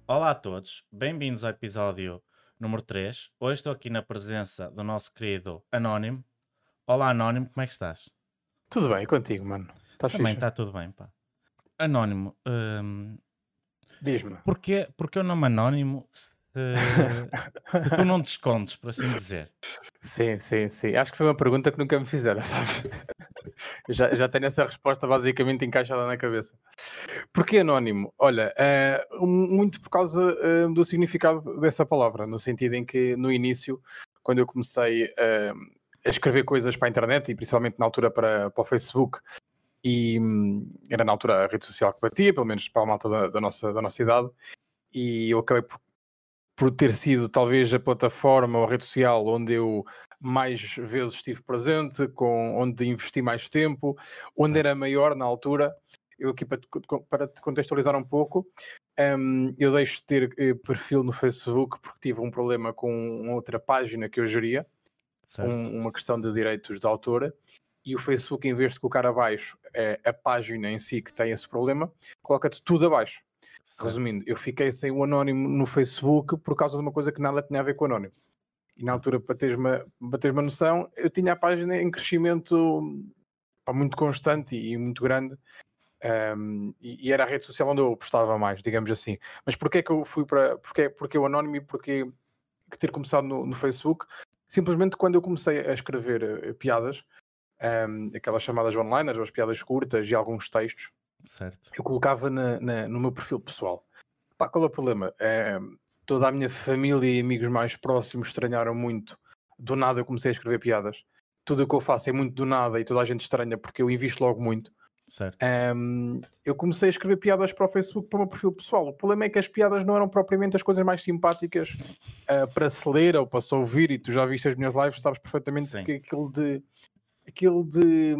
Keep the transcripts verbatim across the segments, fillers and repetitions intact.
Olá a todos, bem-vindos ao episódio número três. Hoje estou aqui na presença do nosso querido Anónimo. Olá Anónimo, como é que estás? Tudo bem contigo, mano? Estás Também fixe? está tudo bem, pá. Anónimo, hum, Diz-me. porquê, porquê o nome Anónimo se, se tu não te escondes, por assim dizer? Sim, sim, sim. Acho que foi uma pergunta que nunca me fizeram, sabes? Eu já, já tenho essa resposta basicamente encaixada na cabeça. Porquê anónimo? Olha, eh, um- muito por causa eh, do significado dessa palavra, no sentido em que no início, quando eu comecei eh, a escrever coisas para a internet e principalmente na altura para, para o Facebook, e hum, era na altura a rede social que batia, pelo menos para a malta da, da nossa, da nossa idade, e eu acabei por por ter sido talvez a plataforma ou a rede social onde eu mais vezes estive presente, com, onde investi mais tempo, onde Certo, era maior na altura. Eu aqui para te, co- para te contextualizar um pouco, hum, eu deixo de ter eh, perfil no Facebook porque tive um problema com outra página que eu geria, certo, um- uma questão de direitos de autor, e o Facebook, em vez de colocar abaixo eh, a página em si que tem esse problema, coloca-te tudo abaixo. certo. Resumindo, eu fiquei sem o anónimo no Facebook por causa de uma coisa que nada tinha a ver com o anónimo. E na Ah, altura, para teres uma, para teres uma noção, eu tinha a página em crescimento pá, muito constante e, e muito grande. Um, e, e era a rede social onde eu postava mais, digamos assim. Mas porquê que eu fui para. Porquê, porquê o anónimo e porquê que ter começado no, no Facebook? Simplesmente quando eu comecei a escrever eh, piadas, um, aquelas chamadas online, as piadas curtas e alguns textos, certo, eu colocava na- na- no meu perfil pessoal. Pá, qual é o problema? Eh, toda a minha família e amigos mais próximos estranharam muito. Do nada eu comecei a escrever piadas. Tudo o que eu faço é muito do nada e toda a gente estranha porque eu invisto logo muito. certo. Ahm, eu comecei a escrever piadas para o Facebook para o meu perfil pessoal. O problema é que as piadas não eram propriamente as coisas mais simpáticas ah, para se ler ou para se ouvir, e tu já viste as minhas lives, sabes perfeitamente Sim, que aquilo de aquilo de,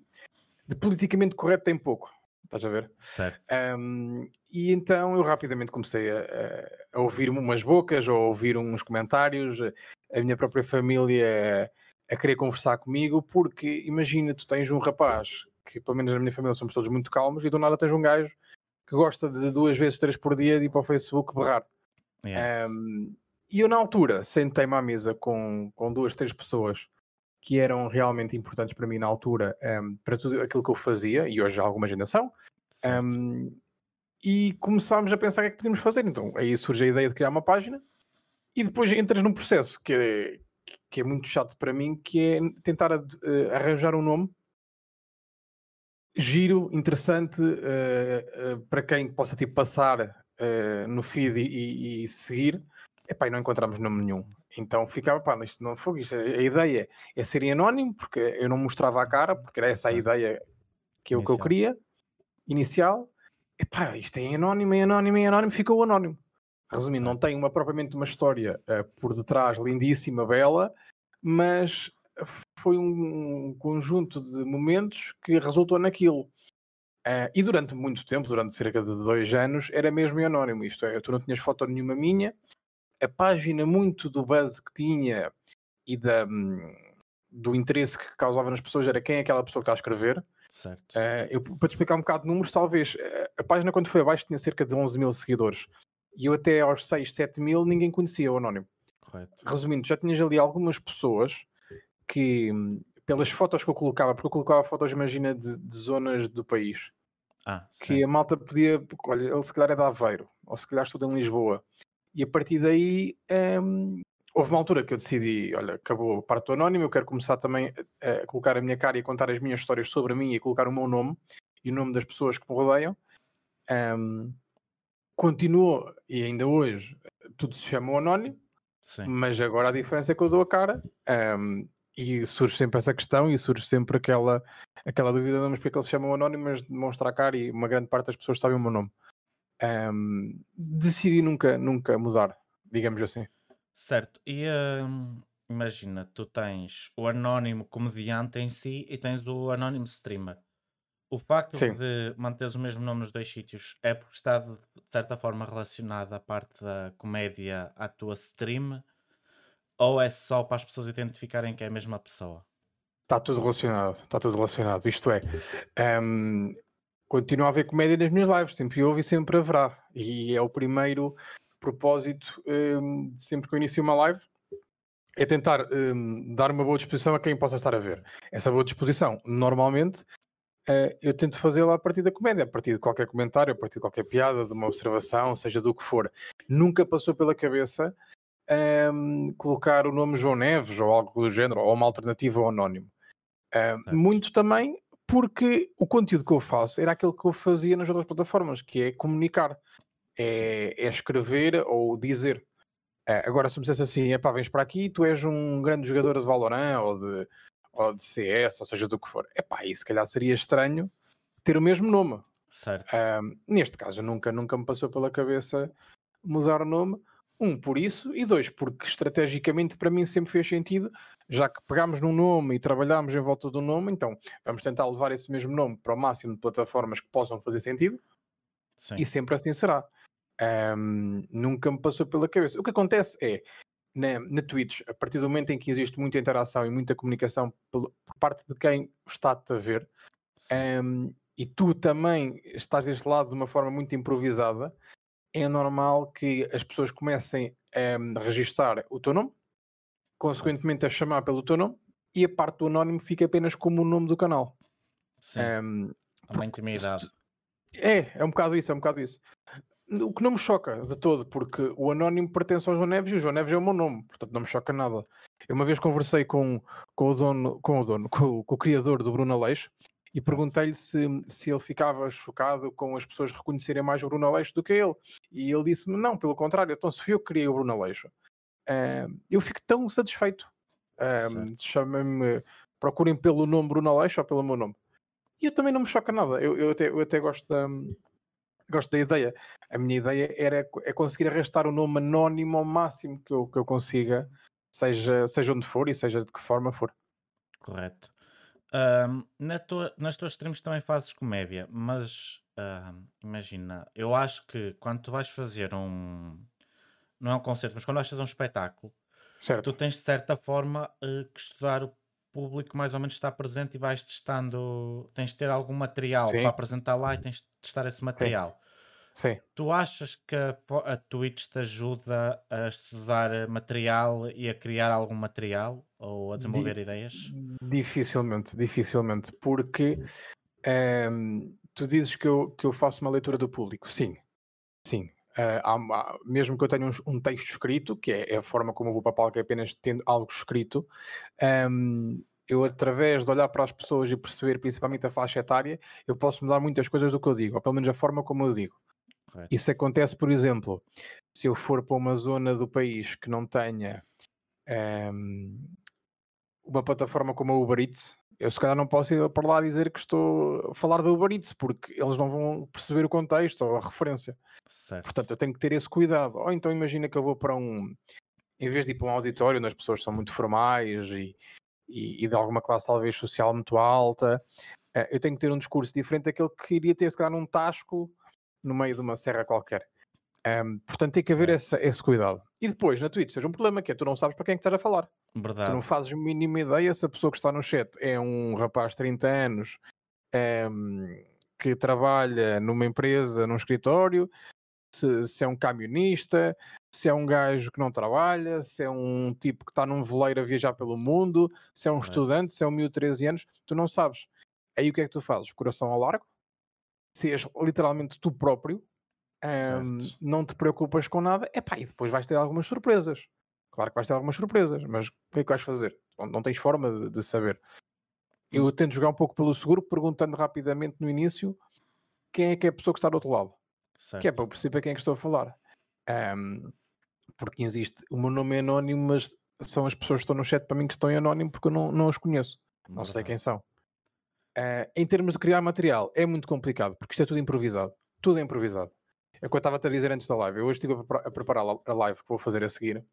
de politicamente correto tem pouco. Estás a ver? certo. Um, e então eu rapidamente comecei a, a, a ouvir umas bocas ou a ouvir uns comentários, a, a minha própria família a, a querer conversar comigo, porque imagina, tu tens um rapaz que, pelo menos na minha família, somos todos muito calmos, e do nada tens um gajo que gosta de duas vezes, três por dia de ir para o Facebook berrar. Yeah, Um, e eu, na altura, sentei-me à mesa com, com duas, três pessoas que eram realmente importantes para mim na altura, um, para tudo aquilo que eu fazia, e hoje algumas ainda são. certo. Um, e começámos a pensar o que é que podíamos fazer. Então aí surge a ideia de criar uma página e depois entras num processo que é, que é muito chato para mim, que é tentar ad- eh, arranjar um nome giro, interessante, eh, eh, para quem possa tipo, passar eh, no feed e, e- e seguir. Epá, e não encontramos nome nenhum. Então ficava, pá, isto não foi isto. A ideia é ser anónimo, porque eu não mostrava a cara, porque era essa a Certo. ideia que eu, que eu Inicial. queria, inicial. Epá, isto é anónimo, é anónimo, é anónimo, ficou anónimo. Resumindo, não Correto. tem uma, propriamente uma história eh, por detrás lindíssima, bela, mas foi um conjunto de momentos que resultou naquilo. Eh, e durante muito tempo, durante cerca de dois anos, era mesmo em anónimo. Isto é, tu não tinhas foto nenhuma minha, a página muito do buzz que tinha e da, hum, do interesse que causava nas pessoas era quem é aquela pessoa que está a escrever. Certo. Eh, eu, para te explicar um bocado de números, talvez eh, a página quando foi abaixo tinha cerca de onze mil seguidores. E eu até aos seis, sete mil ninguém conhecia o anónimo. Correto. Resumindo, já tinhas ali algumas pessoas que, hum, pelas fotos que eu colocava, porque eu colocava fotos, imagina, de, de zonas do país, Ah, que sim. a malta podia, olha, ele se calhar é de Aveiro, ou se calhar estuda em Lisboa. E a partir daí, hum, houve uma altura que eu decidi, olha, acabou a parte do anónimo, eu quero começar também a, a colocar a minha cara e a contar as minhas histórias sobre mim e a colocar o meu nome e o nome das pessoas que me rodeiam. Hum, continuou, e ainda hoje, tudo se chama o anónimo, Sim. mas agora a diferença é que eu dou a cara, hum, e surge sempre essa questão e surge sempre aquela, aquela dúvida, não, mas porque é que eles chamam anónimo, mas demonstra a cara e uma grande parte das pessoas sabem o meu nome. Hum, decidi nunca, nunca mudar, digamos assim. Certo. E hum, imagina, tu tens o anónimo comediante em si e tens o anónimo streamer. O facto Sim. de manteres o mesmo nome nos dois sítios é porque está de, de certa forma relacionado a parte da comédia à tua stream ou é só para as pessoas identificarem que é a mesma pessoa? Está tudo relacionado, está tudo relacionado. Isto é, hum, continua a haver comédia nas minhas lives, sempre houve e sempre haverá. E é o primeiro propósito hum, de sempre que eu inicio uma live, é tentar hum, dar uma boa disposição a quem possa estar a ver. Essa boa disposição, normalmente, eh, eu tento fazê-la a partir da comédia, a partir de qualquer comentário, a partir de qualquer piada, de uma observação, seja do que for. Nunca passou pela cabeça hum, colocar o nome João Neves ou algo do género, ou uma alternativa ao anónimo. Uh, Certo. muito também porque o conteúdo que eu faço era aquilo que eu fazia nas outras plataformas, que é comunicar, é, é escrever ou dizer. Uh, agora, se me dissesse assim, epá, vens para aqui, tu és um grande jogador de Valorant ou de, ou de C S, ou seja, do que for, epá, aí se calhar seria estranho ter o mesmo nome. Certo. Uh, neste caso, nunca, nunca me passou pela cabeça mudar o nome. Um, por isso, e dois, porque estrategicamente para mim sempre fez sentido, já que pegámos num nome e trabalhámos em volta do nome, então vamos tentar levar esse mesmo nome para o máximo de plataformas que possam fazer sentido, Sim. e sempre assim será. Um, nunca me passou pela cabeça. O que acontece é, na, na Twitch, a partir do momento em que existe muita interação e muita comunicação por, por parte de quem está-te a ver, um, e tu também estás deste lado de uma forma muito improvisada, é normal que as pessoas comecem a registar o teu nome, consequentemente a chamar pelo teu nome, e a parte do anónimo fica apenas como o nome do canal. Sim. Um, Há uma intimidade. É, é um bocado isso, é um bocado isso. O que não me choca de todo, porque o anónimo pertence ao João Neves e o João Neves é o meu nome, portanto não me choca nada. Eu uma vez conversei com, com o dono, com o dono, com, com o criador do Bruno Aleixo, e perguntei-lhe se, se ele ficava chocado com as pessoas reconhecerem mais o Bruno Aleixo do que ele. E ele disse-me, não, pelo contrário, então se fui eu que criei o Bruno Aleixo, uh, eu fico tão satisfeito. Uh, Chamem-me, procurem pelo nome Bruno Aleixo ou pelo meu nome. E eu também não me choca nada, eu, eu, até, eu até gosto da, gosto da ideia. A minha ideia era é conseguir arrastar o nome anónimo ao máximo que eu, que eu consiga, seja, seja onde for e seja de que forma for. Correto. Ahm, na tua- nas tuas streams também fazes comédia, mas ahm, imagina, eu acho que quando tu vais fazer um. Não é um concerto, mas quando vais fazer um espetáculo, tu Certo. tens de certa forma eh, que estudar o público mais ou menos está presente e vais testando. Tens de ter algum material para Sim, apresentar lá e tens de testar esse sim, material. sim. Tu achas que a, fo- a Twitch te ajuda a estudar eh, material e a criar algum material ou a desenvolver Di- ideias? dificilmente, dificilmente, porque ehm, tu dizes que eu, que eu faço uma leitura do público. Sim, sim. Eh, há uma- mesmo que eu tenha um, um texto escrito, que é, é a forma como eu vou para a palco, é apenas tendo algo escrito, ehm, eu, através de olhar para as pessoas e perceber principalmente a faixa etária, eu posso mudar muitas coisas do que eu digo, ou pelo menos a forma como eu digo. Correto. Isso acontece, por exemplo, se eu for para uma zona do país que não tenha ehm, uma plataforma como a Uber Eats, eu se calhar não posso ir para lá dizer que estou a falar da Uber Eats, porque eles não vão perceber o contexto ou a referência. Certo. Portanto, eu tenho que ter esse cuidado. Ou então imagina que eu vou para um, em vez de ir para um auditório onde as pessoas são muito formais e, e, e de alguma classe talvez social muito alta, eh, eu tenho que ter um discurso diferente daquele que iria ter se calhar num tasco no meio de uma serra qualquer. Um, portanto, tem que haver Correto. essa, esse cuidado. E depois, na Twitch, seja um problema que é tu não sabes para quem é que estás a falar. Tu não Verdade. fazes a mínima ideia se a pessoa que está no chat é um rapaz de trinta anos um, que trabalha numa empresa, num escritório, se, se é um camionista, se é um gajo que não trabalha, se é um tipo que está num veleiro a viajar pelo mundo, se é um Correto. estudante, se é um miúdo de treze anos, tu não sabes. Aí o que é que tu fazes? Coração ao largo, se és literalmente tu próprio, um, Certo. não te preocupas com nada, epá, e depois vais ter algumas surpresas. Claro que vais ter algumas surpresas, mas o que é que vais fazer? Não, não tens forma de, de saber. Hum, Eu tento jogar um pouco pelo seguro, perguntando rapidamente no início quem é que é a pessoa que está do outro lado, que é para Certo. eu perceber quem é que estou a falar. Um, porque existe, o meu nome é anónimo, mas são as pessoas que estão no chat para mim que estão em anónimo porque eu não, não as conheço, não sei Verdade. quem são. Uh, em termos de criar material, é muito complicado, porque isto é tudo improvisado. Tudo é improvisado. É o que eu estava a dizer antes da live. Eu hoje estive a, prepara- a preparar a a live que vou fazer a seguir.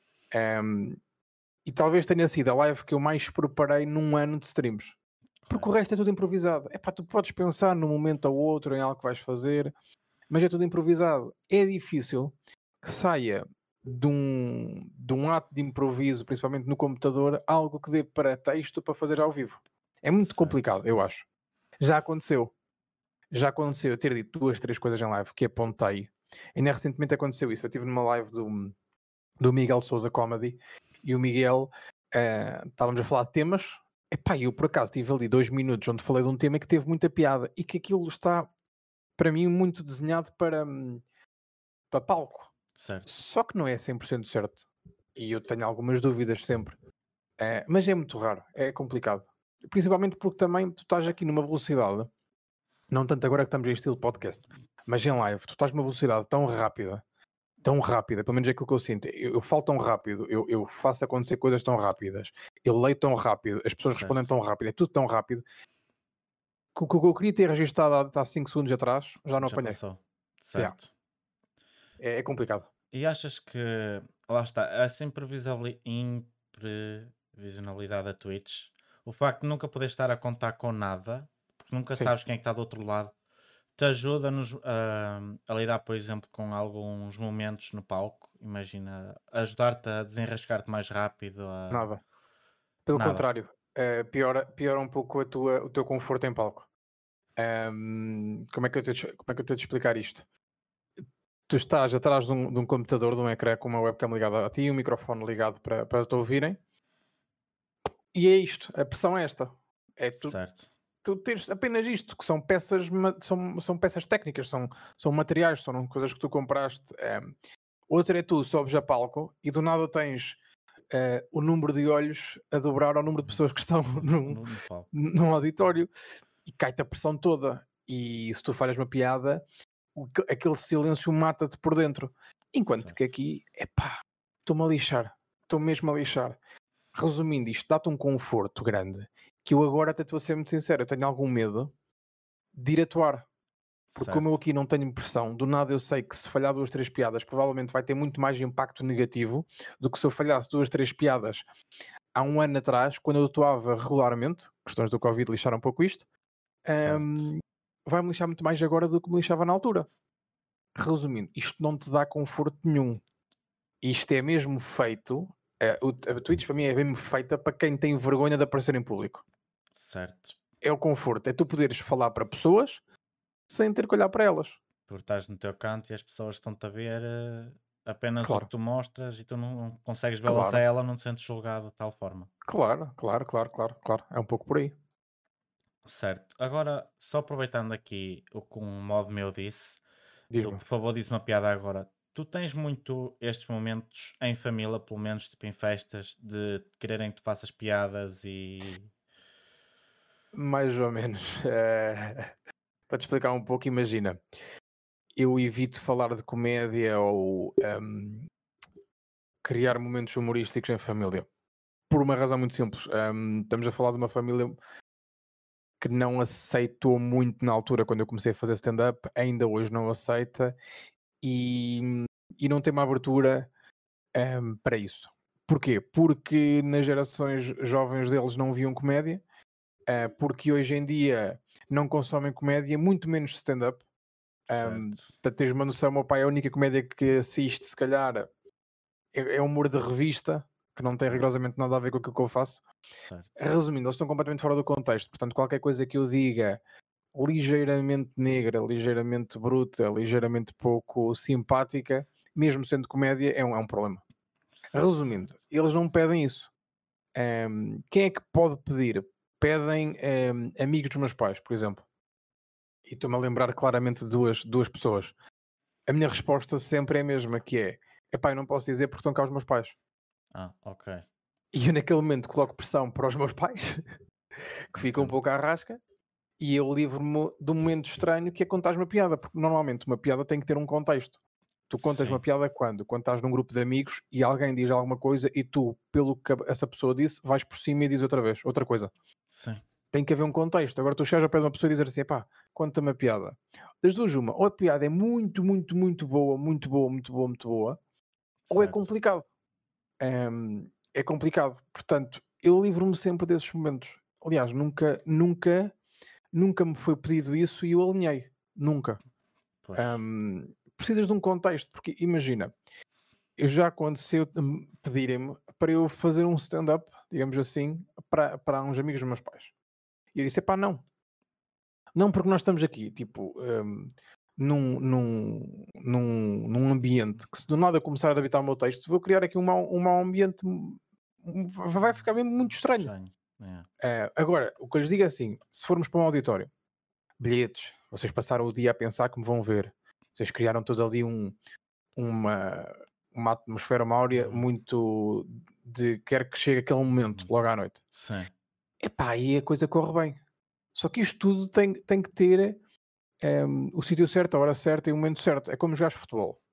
Um, e talvez tenha sido a live que eu mais preparei num ano de streams. Porque o Correto. resto é tudo improvisado. É pá, tu podes pensar num momento ou outro em algo que vais fazer, mas é tudo improvisado. É difícil que saia de um, de um ato de improviso, principalmente no computador, algo que dê para texto para fazer ao vivo. É muito Certo. complicado, eu acho. Já aconteceu. já aconteceu eu ter dito duas, três coisas em live que apontei. Ainda recentemente aconteceu isso. Eu estive numa live do, do Miguel Souza Comedy e o Miguel, eh, estávamos a falar de temas. Epá, eu por acaso tive ali dois minutos onde falei de um tema que teve muita piada e que aquilo está, para mim, muito desenhado para, hum, para palco. Certo. Só que não é cem por cento certo. E eu tenho algumas dúvidas sempre. Eh, mas é muito raro, é complicado. Principalmente porque também tu estás aqui numa velocidade, não tanto agora que estamos em estilo podcast, mas em live, tu estás numa velocidade tão rápida, tão rápida, pelo menos é aquilo que eu sinto. Eu, eu falo tão rápido, eu, eu faço acontecer coisas tão rápidas, eu leio tão rápido, as pessoas respondem Certo. tão rápido, é tudo tão rápido, que o que eu queria ter registado há cinco segundos atrás já não Já apanhei. passou. Yeah. Certo. É, é complicado. E achas que, lá está, essa imprevisabili- imprevisionalidade da Twitch, o facto de nunca poder estar a contar com nada, porque nunca Sim. sabes quem é que está do outro lado, te ajuda-nos a, a lidar, por exemplo, com alguns momentos no palco? Imagina, ajudar-te a desenrascar-te mais rápido, a... Nada. Pelo Nada. contrário, eh, piora, piora um pouco a tua, o teu conforto em palco. Ahm, como, é que eu te, como é que eu tenho de explicar isto? Tu estás atrás de um, de um computador, de um ecrã com uma webcam ligada a ti e um microfone ligado para, para te ouvirem, e é isto, a pressão é esta. É tu, Certo. tu teres apenas isto, que são peças, ma- são, são peças técnicas, são, são materiais, são coisas que tu compraste. Ahm, outra é tu sobes a palco e do nada tens eh, o número de olhos a dobrar ao número de pessoas que estão num, No, no palco. num auditório e cai-te a pressão toda. E se tu falhas uma piada, o que- aquele silêncio mata-te por dentro. Enquanto Certo. que aqui, epá, estou-me a lixar, estou mesmo a lixar. Resumindo, isto dá-te um conforto grande que eu agora até te vou ser muito sincero, eu tenho algum medo de ir atuar. Porque como eu Certo. aqui não tenho pressão, do nada eu sei que se falhar duas, três piadas, provavelmente vai ter muito mais impacto negativo do que se eu falhasse duas, três piadas há um ano atrás, quando eu atuava regularmente. Questões do Covid lixaram um pouco isto. Certo. hum, vai-me lixar muito mais agora do que me lixava na altura. Resumindo, isto não te dá conforto nenhum. Isto é mesmo feito, eh, o- a Twitch para mim é mesmo feita para quem tem vergonha de aparecer em público. Certo. É o conforto, é tu poderes falar para pessoas sem ter que olhar para elas. Porque estás no teu canto e as pessoas estão-te a ver eh, apenas o que Claro, tu mostras e tu não não consegues vê-las a claro, ela, não te sentes julgado de tal forma. claro, claro, claro, claro, claro. É um pouco por aí. Certo. Agora, só aproveitando aqui o que um modo meu disse, tu, Diz-me. por favor, diz uma piada agora. Tu tens muito estes momentos em família, pelo menos tipo em festas, de quererem que tu faças piadas e. Mais ou menos. eh, para te explicar um pouco, imagina, eu evito falar de comédia ou hum, criar momentos humorísticos em família. Por uma razão muito simples. Hum, estamos a falar de uma família que não aceitou muito na altura quando eu comecei a fazer stand-up, ainda hoje não aceita e, e não tem uma abertura hum, para isso. Porquê? Porque nas gerações jovens deles não viam comédia, eh, porque hoje em dia não consomem comédia, muito menos stand-up. Um, Certo, para teres uma noção, o meu pai, a única comédia que assiste, se calhar, é, é humor de revista, que não tem ah, rigorosamente nada a ver com aquilo que eu faço. certo, Resumindo, eles estão completamente fora do contexto, portanto, qualquer coisa que eu diga ligeiramente negra, ligeiramente bruta, ligeiramente pouco simpática, mesmo sendo comédia, é um, é um problema. Resumindo, certo, eles não pedem isso. Um, quem é que pode pedir? Pedem um, amigos dos meus pais, por exemplo. E estou-me a lembrar claramente de duas, duas pessoas. A minha resposta sempre é a mesma, que é, epá, eu não posso dizer porque estão cá os meus pais. ah, ok, E eu naquele momento coloco pressão para os meus pais, que ficam um entendo, pouco à rasca, e eu livro-me de um momento estranho que é contar uma piada, porque normalmente uma piada tem que ter um contexto. Tu contas uma sim, piada quando? Quando estás num grupo de amigos e alguém diz alguma coisa e tu, pelo que essa pessoa disse, vais por cima e diz outra vez, outra coisa. sim, Tem que haver um contexto. Agora tu chegas ao pé de uma pessoa e dizer assim, pá, conta-me a piada. Das duas uma, ou a piada é muito, muito, muito boa, muito boa, muito boa, muito boa, ou é certo, complicado. Hum, é complicado. Portanto, eu livro-me sempre desses momentos. Aliás, nunca, nunca, nunca me foi pedido isso e eu alinhei. Nunca. pois, Hum, precisas de um contexto, porque imagina, eu já aconteceu hum, pedirem-me para eu fazer um stand-up, digamos assim, para, para uns amigos dos meus pais. E eu disse, pá, não. Não, porque nós estamos aqui, tipo, hum, num, num, num, num ambiente que se do nada começar a habitar o meu texto, vou criar aqui um mau, um mau ambiente, um- um- vai ficar mesmo muito estranho. Estranho. É. Eh, agora, o que eu lhes digo é assim, se formos para um auditório, bilhetes, vocês passaram o dia a pensar que me vão ver, vocês criaram todos ali um, uma, uma atmosfera, uma áurea Uhum. muito de quer que chegue aquele momento, Uhum. logo à noite. Sim. Epá, aí a coisa corre bem. Só que isto tudo tem, tem que ter em, o sítio certo, a hora certa e o momento certo. É como jogar futebol.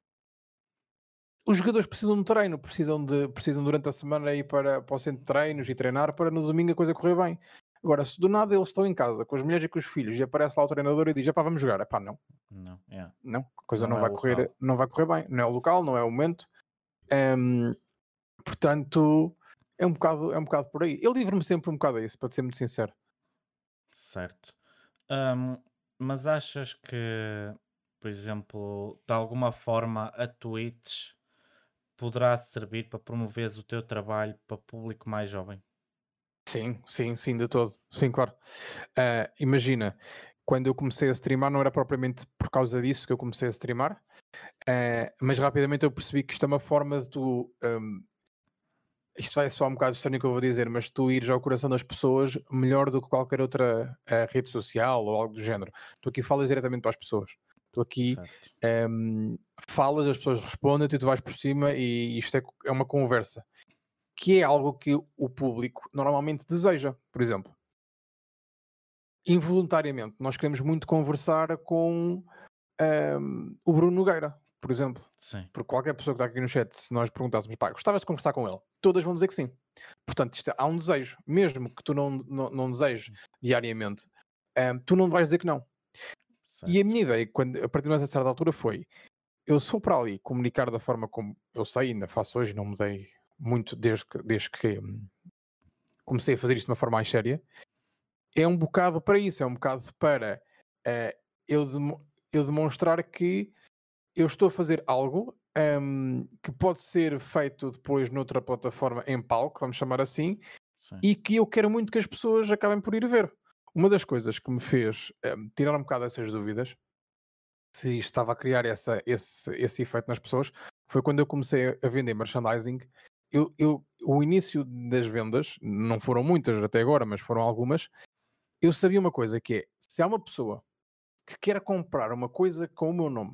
Os jogadores precisam de treino, precisam, de, precisam durante a semana ir para, para o centro de treinos e treinar para no domingo a coisa correr bem. Agora, se do nada eles estão em casa com as mulheres e com os filhos e aparece lá o treinador e diz: pá, vamos jogar. Epá, não, Não. É. não, a coisa Não não é vai o correr, local. não vai correr bem. Não é o local, não é o momento. Em, portanto, é um, bocado, é um bocado por aí. Eu livro-me sempre um bocado a isso, para te ser muito sincero. Certo. Hum, mas achas que, por exemplo, de alguma forma a Twitch poderá servir para promoveres o teu trabalho para público mais jovem? Sim, sim, sim, de todo. Sim, claro. Ah, imagina, quando eu comecei a streamar, não era propriamente por causa disso que eu comecei a streamar, ah, mas rapidamente eu percebi que isto é uma forma de tu. hum, isto vai soar um bocado estranho o que eu vou dizer, mas tu ires ao coração das pessoas melhor do que qualquer outra ah, rede social ou algo do género. Tu aqui falas diretamente para as pessoas. Tu aqui Certo. hum, falas, as pessoas respondem-te e tu vais por cima e isto é, é uma conversa, que é algo que o público normalmente deseja, por exemplo. Involuntariamente, nós queremos muito conversar com ahm, o Bruno Nogueira, por exemplo. Sim. Porque qualquer pessoa que está aqui no chat, se nós perguntássemos, pá, gostavas de conversar com ele? Todas vão dizer que sim. Portanto, isto, é- há um desejo, mesmo que tu não, não, não desejes diariamente, ahm, tu não vais dizer que não. E a Certo. minha ideia, quando, a partir de uma certa altura, foi: eu sou para ali comunicar da forma como eu sei, ainda faço hoje, não mudei muito desde que, desde que hum, comecei a fazer isto de uma forma mais séria. É um bocado para isso, é um bocado para eh, eu, demo- eu demonstrar que eu estou a fazer algo hum, que pode ser feito depois noutra plataforma em palco, vamos chamar assim, Sim. e que eu quero muito que as pessoas acabem por ir ver. Uma das coisas que me fez hum, tirar um bocado essas dúvidas, se isto estava a criar essa, esse, esse efeito nas pessoas, foi quando eu comecei a vender merchandising. Eu, eu, o início das vendas, não foram muitas até agora, mas foram algumas. Eu sabia uma coisa que é: se há uma pessoa que quer comprar uma coisa com o meu nome,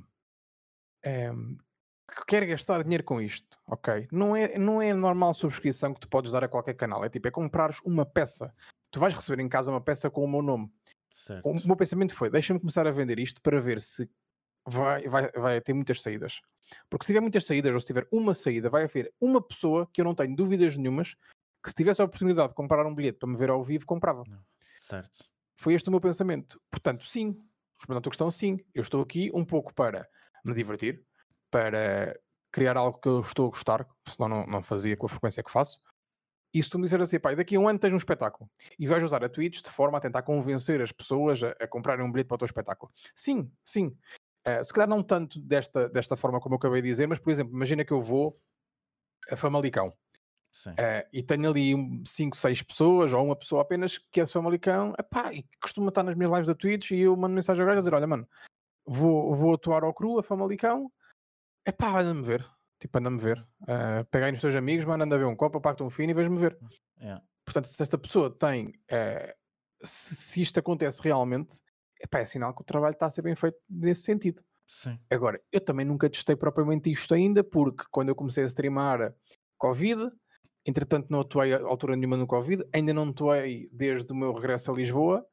ehm, que quer gastar dinheiro com isto, ok? Não é, não é a normal subscrição que tu podes dar a qualquer canal. É tipo, é comprares uma peça. Tu vais receber em casa uma peça com o meu nome. O Certo. meu pensamento foi: deixa-me começar a vender isto para ver se vai, vai, vai ter muitas saídas. Porque se tiver muitas saídas, ou se tiver uma saída, vai haver uma pessoa que eu não tenho dúvidas nenhumas que, se tivesse a oportunidade de comprar um bilhete para me ver ao vivo, comprava. Não. Certo. Foi este o meu pensamento. Portanto, sim, respondendo à tua questão, sim, eu estou aqui um pouco para me divertir, para criar algo que eu estou a gostar, senão não, não fazia com a frequência que faço. E se tu me disser assim, pai, daqui a um ano tens um espetáculo e vais usar a Twitch de forma a tentar convencer as pessoas a, a comprarem um bilhete para o teu espetáculo. Sim, sim. Eh, se calhar não tanto desta, desta forma como eu acabei de dizer, mas, por exemplo, imagina que eu vou a Famalicão. Sim. Eh, e tenho ali cinco, seis pessoas, ou uma pessoa apenas que é de Famalicão, epá, e que costuma estar nas minhas lives da Twitch, e eu mando mensagem agora a dizer: olha, mano, vou, vou atuar ao cru, a Famalicão, epá, anda-me ver. Tipo, anda-me ver. Eh, pega aí nos teus amigos, mano, anda a ver um copo, apaga-te um fino e vejo-me ver. É. Portanto, se esta pessoa tem, eh, se, se isto acontece realmente, epá, é sinal que o trabalho está a ser bem feito nesse sentido. Sim. Agora, eu também nunca testei propriamente isto ainda, porque quando eu comecei a streamar Covid, entretanto não atuei a altura nenhuma no Covid, ainda não atuei desde o meu regresso a Lisboa,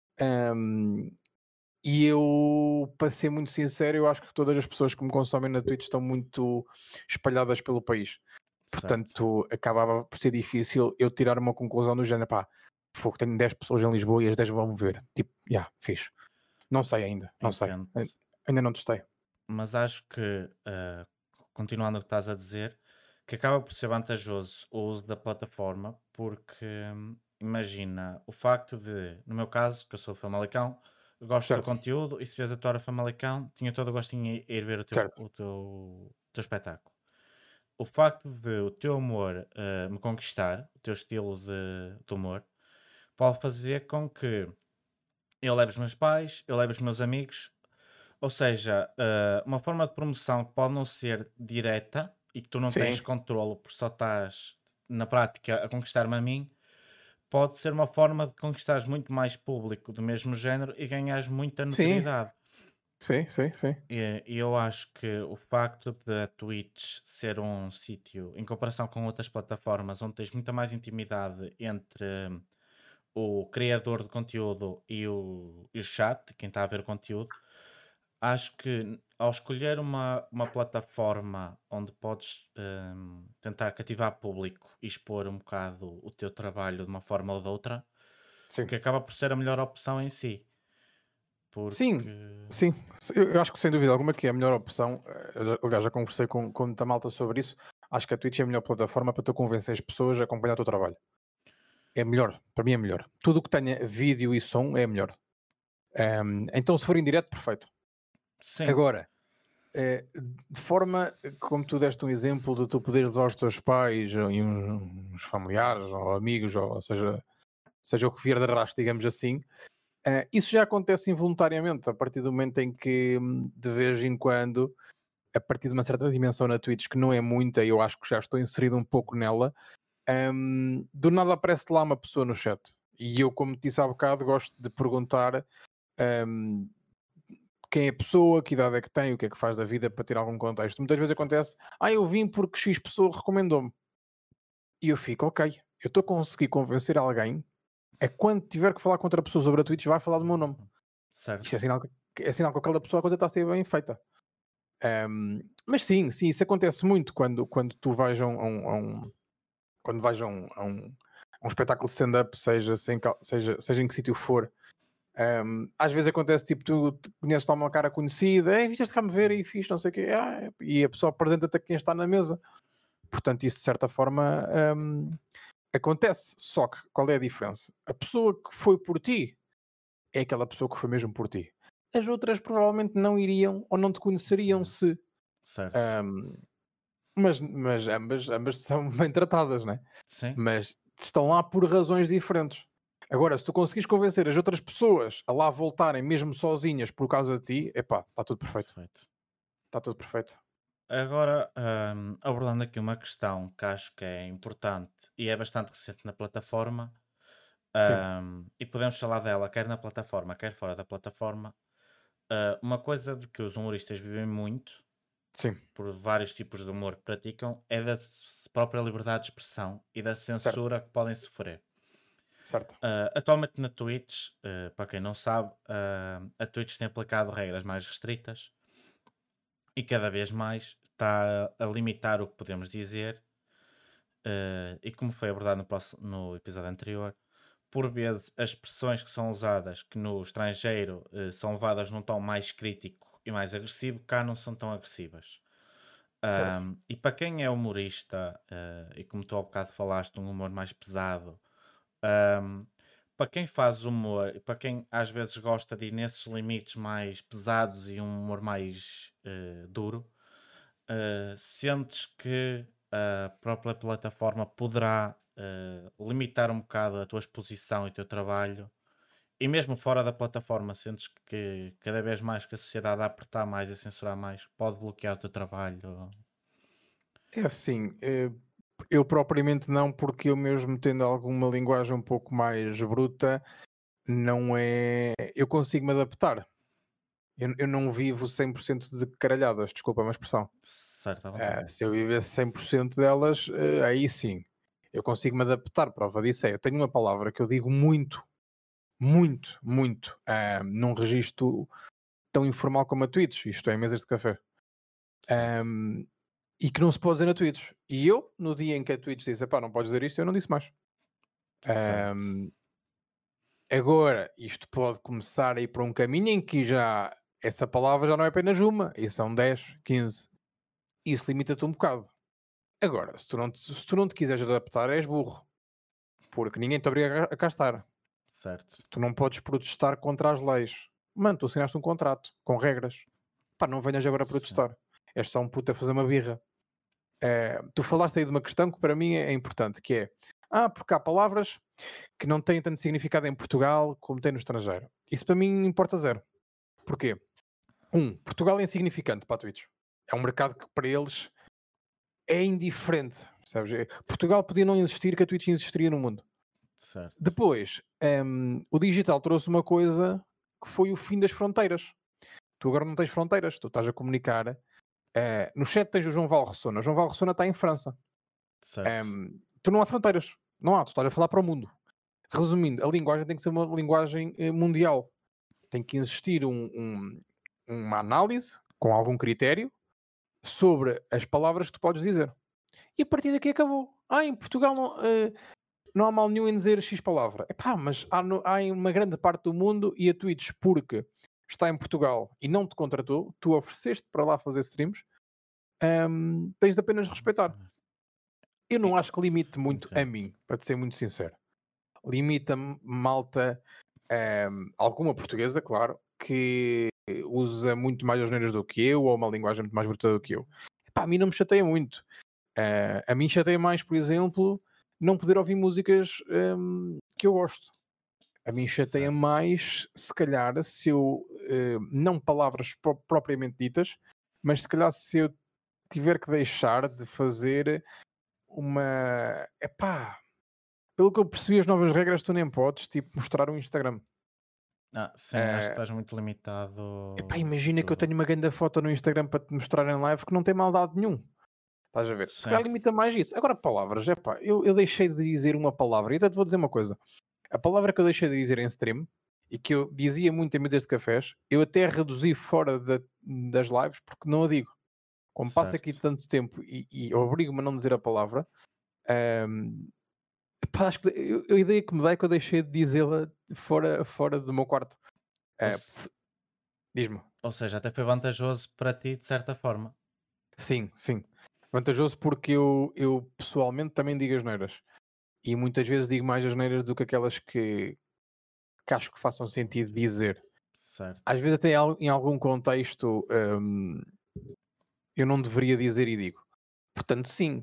hum, e eu, para ser muito sincero, eu acho que todas as pessoas que me consomem na Twitch estão muito espalhadas pelo país. Certo. Portanto, acabava por ser difícil eu tirar uma conclusão do género: pá, fogo, tenho dez pessoas em Lisboa e as dez vão me ver. Tipo, já, yeah, fixe. Não sei ainda, não sei. Entendo. Ai- Ainda não testei. Mas acho que, ah, continuando o que estás a dizer, que acaba por ser vantajoso o uso da plataforma, porque hum, imagina o facto de, no meu caso, que eu sou de Famalicão, eu gosto do teu Certo, conteúdo e se vês a tua Famalicão, tinha todo o gostinho em ir ver o teu, certo. o teu, o teu espetáculo. O facto de o teu humor ah, me conquistar, o teu estilo de, de humor, pode fazer com que eu levo os meus pais, eu levo os meus amigos, ou seja, eh, uma forma de promoção que pode não ser direta e que tu não tens Sim, controlo porque só estás na prática a conquistar-me a mim, pode ser uma forma de conquistares muito mais público do mesmo género e ganhares muita sim, notoriedade. sim, sim, sim. E e eu acho que o facto da Twitch ser um sítio, em comparação com outras plataformas, onde tens muita mais intimidade entre o criador de conteúdo e o, e o chat, quem está a ver o conteúdo, acho que ao escolher uma, uma plataforma onde podes hum, tentar cativar público e expor um bocado o teu trabalho de uma forma ou de outra, Sim. que acaba por ser a melhor opção em si. Sim, Porque. sim. Se eu eu acho que sem dúvida alguma que é a melhor opção, eh, aliás, já conversei com com muita malta sobre isso, acho que a Twitch é a melhor plataforma para tu convencer as pessoas a acompanhar o teu trabalho. É melhor, para mim é melhor. Tudo o que tenha vídeo e som é melhor. Hum, então se for em direto, perfeito. Sim, Agora, eh, de forma como tu deste um exemplo de tu poderes levar os teus pais ou e uns uns familiares ou amigos, ou seja seja o que vier de arrasto, digamos assim, eh, isso já acontece involuntariamente, a partir do momento em que, hum, de vez em quando, a partir de uma certa dimensão na Twitch, que não é muita, e eu acho que já estou inserido um pouco nela, hum, do nada aparece lá uma pessoa no chat. E eu, como te disse há bocado, gosto de perguntar, hum, quem é a pessoa, que idade é que tem, o que é que faz da vida, para ter algum contexto. Muitas vezes acontece, ah, eu vim porque X pessoa recomendou-me. E eu fico, ok, eu estou a conseguir convencer alguém, é quando tiver que falar com outra pessoa sobre a Twitch, vai falar do meu nome. Isto é certo. sinal que, é sinal que aquela pessoa a coisa está a ser bem feita. Hum, mas sim, sim, isso acontece muito quando, quando tu vais a um, a um- a um- quando vais a um, a um, a um espetáculo de stand-up, seja, sem cal- seja, seja em que sítio for. Hum, às vezes acontece tipo, tu te- conheces lá uma cara conhecida, ei, vieste cá me ver e fiz, não sei o quê, ah, é", e a pessoa apresenta-te a quem está na mesa. Portanto, isso de certa forma hum, acontece. Só que qual é a diferença? A pessoa que foi por ti é aquela pessoa que foi mesmo por ti. As outras provavelmente não iriam ou não te conheceriam Certo. se. Certo. hum, mas, mas ambas, ambas são bem tratadas, né? Sim, Mas estão lá por razões diferentes. Agora, se tu conseguires convencer as outras pessoas a lá voltarem mesmo sozinhas por causa de ti, epá, está tudo perfeito. perfeito. Está tudo perfeito. Agora, hum, abordando aqui uma questão que acho que é importante e é bastante recente na plataforma, Sim, hum, e podemos falar dela quer na plataforma, quer fora da plataforma. Ah, uma coisa de que os humoristas vivem muito, sim, por vários tipos de humor que praticam, é da s- própria liberdade de expressão e da certo, censura que podem sofrer. certo, Ah, atualmente na Twitch, ah, para quem não sabe, ah, a Twitch tem aplicado regras mais restritas e cada vez mais está a limitar o que podemos dizer. Eh, e como foi abordado no, próximo- no episódio anterior, por vezes as expressões que são usadas, que no estrangeiro eh, são levadas num tom mais crítico e mais agressivo, cá não são tão agressivas. certo. Ahm, e para quem é humorista, eh, e como tu há bocado falaste, um humor mais pesado, ahm, para quem faz humor e para quem às vezes gosta de ir nesses limites mais pesados e um humor mais eh, duro, eh, sentes que a própria plataforma poderá eh, limitar um bocado a tua exposição e o teu trabalho? E mesmo fora da plataforma, sentes que cada vez mais que a sociedade a apertar mais e a censurar mais, pode bloquear o teu trabalho? É assim, eh, eu propriamente não, porque eu mesmo tendo alguma linguagem um pouco mais bruta, não é. Eu consigo me adaptar. Eu, eu não vivo cem por cento de caralhadas, desculpa a minha expressão. Certo, à vontade. Ah, se eu vivesse cem por cento delas, eh, aí sim, eu consigo me adaptar. Prova disso é, eu tenho uma palavra que eu digo muito, muito, muito, ah, num registro tão informal como a Twitch, isto é, mesas de café, Certo, Ahm, e que não se pode dizer na Twitch. E eu, no dia em que a Twitch disse, pá, não podes dizer isto, eu não disse mais. certo, Ahm, agora, isto pode começar a ir para um caminho em que já essa palavra já não é apenas uma, e são dez, quinze. Isso limita-te um bocado. Agora, se tu, não te, se tu não te quiseres adaptar, és burro. Porque ninguém te obriga a, a cá estar. certo, Tu não podes protestar contra as leis. Mano, tu assinaste um contrato com regras. Pá, não venhas agora a sim, protestar. És só um puto a fazer uma birra. Eh, tu falaste aí de uma questão que para mim é importante, que é, ah, porque há palavras que não têm tanto significado em Portugal como tem no estrangeiro. Isso para mim importa zero. Porquê? Um, Portugal é insignificante para a Twitch. É um mercado que para eles é indiferente. Sabes? É- Portugal podia não existir, que a Twitch existiria no mundo. Certo. Depois, hum, o digital trouxe uma coisa que foi o fim das fronteiras. Tu agora não tens fronteiras, tu estás a comunicar. eh, no chat tens o João Val Ressona. O João Val Ressona está em França. Certo. Hum, tu não há fronteiras. Não há, tu estás a falar para o mundo. Resumindo, a linguagem tem que ser uma linguagem eh, mundial. Tem que existir um- um- uma análise com algum critério sobre as palavras que tu podes dizer. E a partir daqui acabou. Ah, em Portugal não, eh, não há mal nenhum em dizer X palavra. Epá, mas há, no- há em uma grande parte do mundo e a Twitch, porque está em Portugal e não te contratou, tu ofereceste para lá fazer streams, hum, tens de apenas respeitar. Eu não E- acho que limite muito a Entendo. mim, para te ser muito sincero. Limita-me, malta, hum, alguma portuguesa, claro, que usa muito mais as neiras do que eu, ou uma linguagem muito mais bruta do que eu. Epá, a mim não me chateia muito. Eh, a mim chateia mais, por exemplo, não poder ouvir músicas hum, que eu gosto. A mim chateia Certo. mais, se calhar, se eu, eh, não palavras pro- propriamente ditas, mas se calhar se eu tiver que deixar de fazer uma. Epá, pelo que eu percebi, as novas regras tu nem podes, tipo, mostrar um Instagram. Ah, sim, acho que Eh, estás muito limitado. epá, imagina que eu Tudo. tenho uma grande foto no Instagram para te mostrar em live que não tem maldade nenhum. Estás a ver? Se calhar Sim. limita mais isso. Agora, palavras, epá, eu, eu deixei de dizer uma palavra. E até te vou dizer uma coisa. A palavra que eu deixei de dizer em stream e que eu dizia muito em mesas de cafés, eu até reduzi fora da- das lives porque não a digo. Como passa aqui Certo. tanto tempo e, e obrigo-me a não dizer a palavra, ahm, epá, acho que eu- a ideia que me dá é que eu deixei de dizê-la fora, fora do meu quarto. Ou, Eh, se- diz-me. ou seja, até foi vantajoso para ti de certa forma. Sim, sim. Vantajoso porque eu, eu pessoalmente também digo asneiras. E muitas vezes digo mais asneiras do que aquelas que, que acho que façam sentido dizer. Certo. Às vezes até em al- em algum contexto hum, eu não deveria dizer e digo. Portanto, sim.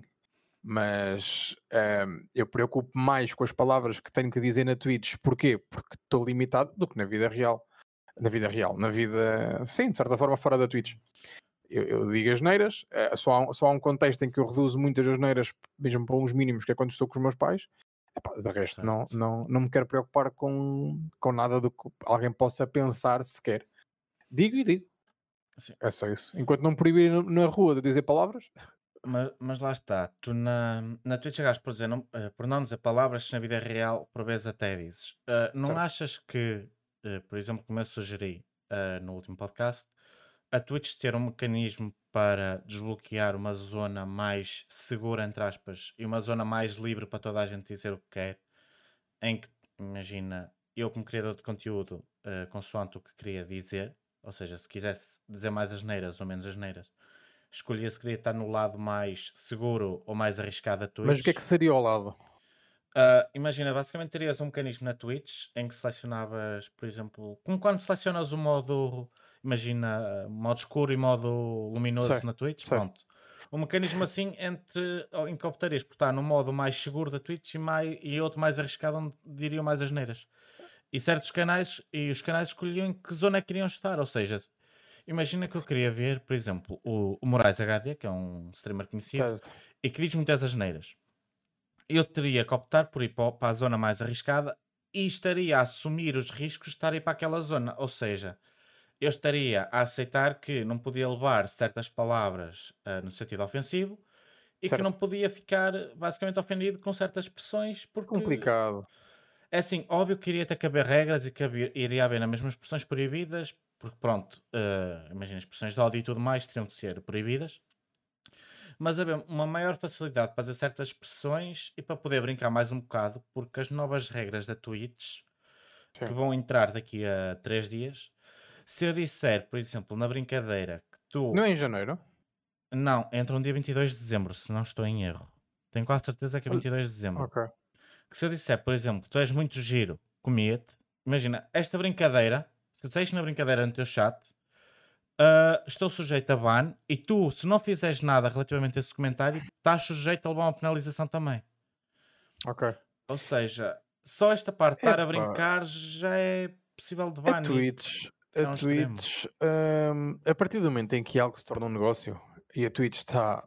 Mas hum, eu preocupo mais com as palavras que tenho que dizer na Twitch. Porquê? Porque estou limitado do que na vida real. Na vida real. Na vida, sim, de certa forma, fora da Twitch. Eu, eu digo asneiras. eh, só, há, um- só há um contexto em que eu reduzo muitas asneiras, mesmo para uns mínimos, que é quando estou com os meus pais. Epá, de resto, não, Certo. não, não me quero preocupar com, com nada do que alguém possa pensar sequer. Digo e digo. Sim. É só isso. Enquanto não proibir no- na rua de dizer palavras, Mas, mas lá está, tu na, na Twitch chegaste por dizer, não, eh, por não dizer palavras que na vida real por vezes até dizes. Eh, não certo? achas que, eh, por exemplo, como eu sugeri eh, no último podcast, a Twitch ter um mecanismo para desbloquear uma zona mais segura, entre aspas, e uma zona mais livre para toda a gente dizer o que quer, em que, imagina, eu como criador de conteúdo, eh, consoante o que queria dizer, ou seja, se quisesse dizer mais asneiras ou menos asneiras, escolhia se queria estar no lado mais seguro ou mais arriscado da Mas o que é que Twitch. seria ao lado? Ah, imagina, basicamente terias um mecanismo na Twitch em que selecionavas, por exemplo, como quando selecionas o modo, imagina, modo escuro e modo Sei, luminoso na Twitch, sei. pronto. Um mecanismo assim entre, em que optarias por estar no modo mais seguro da Twitch e, mais, e outro mais arriscado onde diriam mais asneiras. E certos canais, e os canais escolhiam em que zona é que queriam estar, ou seja, imagina que eu queria ver, por exemplo, o, o Moraes H D, que é um streamer conhecido, Certo. e que diz muitas asneiras. Eu teria que optar por ir para, o- para a zona mais arriscada e estaria a assumir os riscos de estar a ir para aquela zona. Ou seja, eu estaria a aceitar que não podia levar certas palavras ah, no sentido ofensivo e que não Certo. podia ficar basicamente ofendido com certas expressões, porque Complicado. é assim, óbvio que iria ter que haver regras e que havia- iria haver nas mesmas expressões proibidas, porque pronto, ah, imagina, expressões de ódio e tudo mais teriam de ser proibidas, mas haver uma maior facilidade para fazer certas expressões e para poder brincar mais um bocado, porque as novas regras da Twitch, que Sim. vão entrar daqui a três dias, se eu disser, por exemplo, na brincadeira que tu. Não é em janeiro? Não, entra no dia vinte e dois de dezembro, se não estou em erro. Tenho quase certeza que é Olha, vinte e dois de dezembro. ok. Que se eu disser, por exemplo, que tu és muito giro, comia-te, imagina, esta brincadeira, se tu disseres na brincadeira no teu chat, ah, estou sujeito a ban e tu, se não fizeres nada relativamente a esse comentário, estás sujeito a levar uma penalização também. Ok. Ou seja, só esta parte de estar a Epá. brincar já é possível de A ban e Twitch, a é um extremo. Twitch, hum, a partir do momento em que algo se torna um negócio e a Twitch está.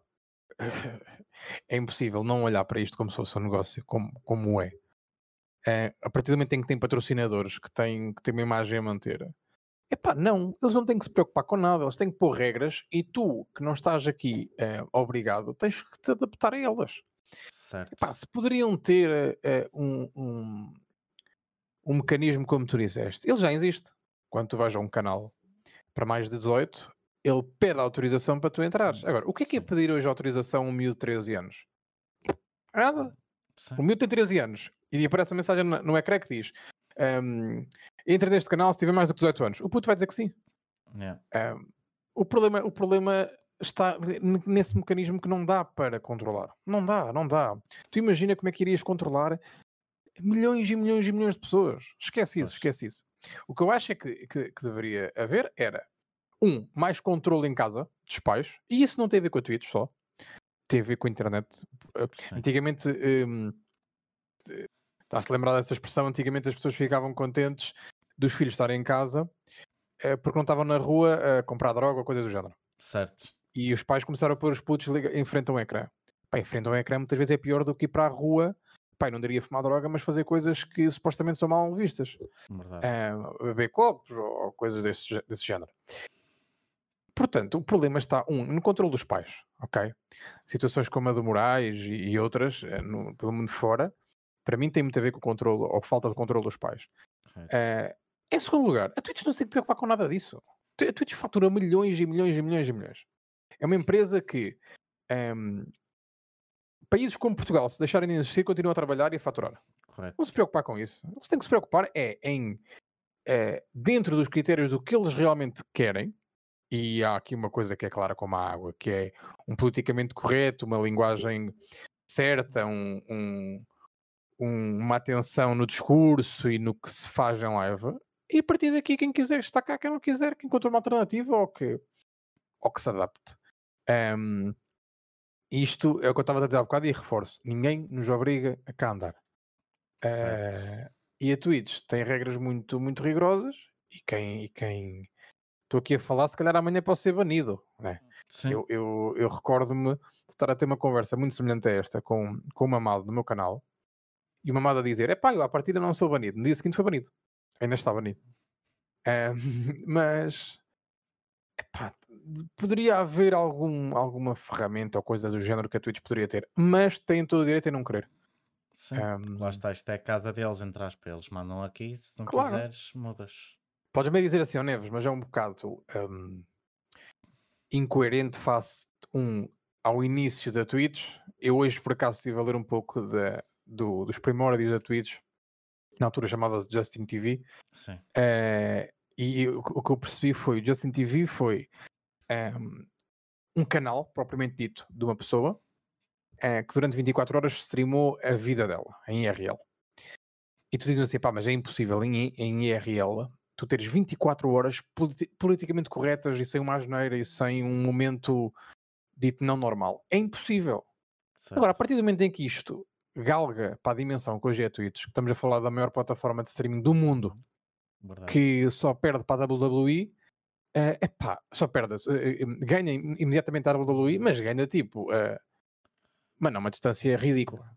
É impossível não olhar para isto como se fosse um negócio, como, como é. É, a partir do momento em que tem patrocinadores que têm, que têm uma imagem a manter, epá, não, eles não têm que se preocupar com nada, eles têm que pôr regras e tu, que não estás aqui eh, obrigado, tens que te adaptar a elas. Certo. Epá, se poderiam ter eh, eh, um, um, um mecanismo como tu disseste, ele já existe. Quando tu vais a um canal para mais de dezoito, ele pede autorização para tu entrares. Hum, Agora, o que é que é sim. pedir hoje autorização a um miúdo de treze anos? Nada. O Sim. miúdo tem treze anos e aparece uma mensagem no, no ecrã que diz um, entra neste canal se tiver mais do que dezoito anos. O puto vai dizer que sim. Yeah. Um, o, problema, o problema está n- nesse mecanismo que não dá para controlar. Não dá, não dá. Tu imagina como é que irias controlar milhões e milhões e milhões de pessoas. Esquece isso, Pois. esquece isso. O que eu acho é que, que, que deveria haver era, um, mais controle em casa dos pais, e isso não tem a ver com a Twitch só, tem a ver com a internet. Uh, Sim. Antigamente, um, estás-te a lembrar dessa expressão, antigamente as pessoas ficavam contentes dos filhos estarem em casa uh, porque não estavam na rua a comprar droga ou coisas do género. Certo. E os pais começaram a pôr os putos liga- em frente a um ecrã. Pá, em frente a um ecrã muitas vezes é pior do que ir para a rua. Pai, não diria fumar droga, mas fazer coisas que supostamente são mal vistas. Verdade. Uh, beber copos ou coisas desse, gé- desse género. Portanto, o problema está, um, no controle dos pais, ok? Situações como a do Moraes e, e outras, eh, no- pelo mundo fora, para mim tem muito a ver com o controle, ou falta de controle dos pais. Correto. Eh, em segundo lugar, a Twitch não se tem que preocupar com nada disso. A Twitch fatura milhões e milhões e milhões e milhões. É uma empresa que ehm, países como Portugal, se deixarem de existir, continuam a trabalhar e a faturar. Correto. Não se preocupar com isso. Eles têm que se preocupar é em, eh, dentro dos critérios do que eles realmente querem, e há aqui uma coisa que é clara como a água, que é um politicamente correto, uma linguagem certa, um, um- um- uma atenção no discurso e no que se faz em live. E a partir daqui, quem quiser está cá, quem não quiser, que encontre uma alternativa ou que, ou que se adapte. Ahm, isto é o que eu estava a dizer há bocado e reforço. Ninguém nos obriga a cá andar. Certo. Ah, e a Twitch tem regras muito, muito rigorosas e quem, e quem estou aqui a falar, se calhar amanhã posso ser banido, né? Sim. Eu, eu, eu recordo-me de estar a ter uma conversa muito semelhante a esta com, com uma Mamado no meu canal e uma Mamado a dizer: epá, eu à partida não sou banido. No dia seguinte foi banido. Ainda está banido. Ah, mas epá, de- poderia haver algum, alguma ferramenta ou coisa do género que a Twitch poderia ter, mas tem todo o direito em não querer. Sim. Porque lá Ahm, está, isto é a casa deles, entre aspas. Eles mandam aqui, se não claro, quiseres, mudas. podes-me dizer assim, ó Neves, mas é um bocado ahm, incoerente face um ao início da Twitch. Eu hoje por acaso estive a ler um pouco da- do- dos primórdios da Twitch, na altura chamava-se Justin T V, Sim. eh, e o, que o que eu percebi foi, o Justin T V foi ehm, um canal, propriamente dito, de uma pessoa, eh, que durante vinte e quatro horas streamou a vida dela, em I R L. E tu dizes assim, pá, mas é impossível em, em I R L tu teres vinte e quatro horas politi- politicamente corretas e sem uma asneira e sem um momento dito não normal. É impossível. Agora, a Certo. partir do momento em que isto galga para a dimensão que hoje é a Twitch, que estamos a falar da maior plataforma de streaming do mundo, Uhum. Verdade. que só perde para a W W E, é epá, só perde, eh, eh, ganha im- imediatamente a W W E, mas ganha tipo, uh, mano, uma distância ridícula.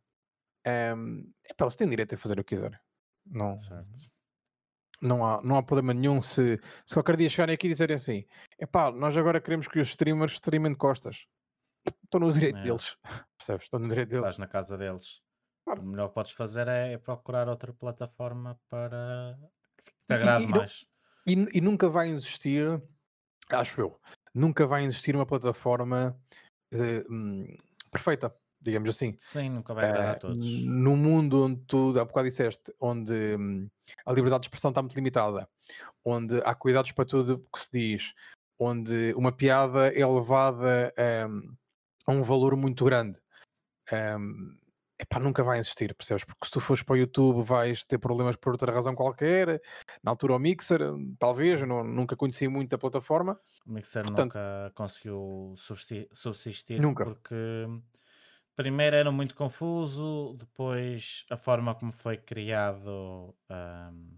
Um, epá, eles têm direito a fazer o que quiserem. Não, Certo. não, há, não há problema nenhum se, se qualquer dia chegarem aqui e disserem assim: epá, nós agora queremos que os streamers streamem de costas. Estão no direito É. deles. Percebes? Estão no direito Estás deles. na casa deles. O Claro. melhor que podes fazer é, é procurar outra plataforma para que te E, agrade e- e não- mais. e- e nunca vai existir, acho eu, nunca vai existir uma plataforma eh, hum, perfeita, digamos assim. Sim, nunca vai agradar a Eh, todos. no mundo onde tu, há bocado disseste, onde hum, a liberdade de expressão está muito limitada, onde há cuidados para tudo o que se diz, onde uma piada é levada hum, a um valor muito grande. hum, Epá, nunca vai existir, percebes? Porque se tu fores para o YouTube vais ter problemas por outra razão qualquer. Na altura o Mixer, hum, talvez, eu não- nunca conheci muito a plataforma. O Mixer Portanto, nunca conseguiu subsi- subsistir nunca. porque primeiro era muito confuso, depois a forma como foi criado, ahm,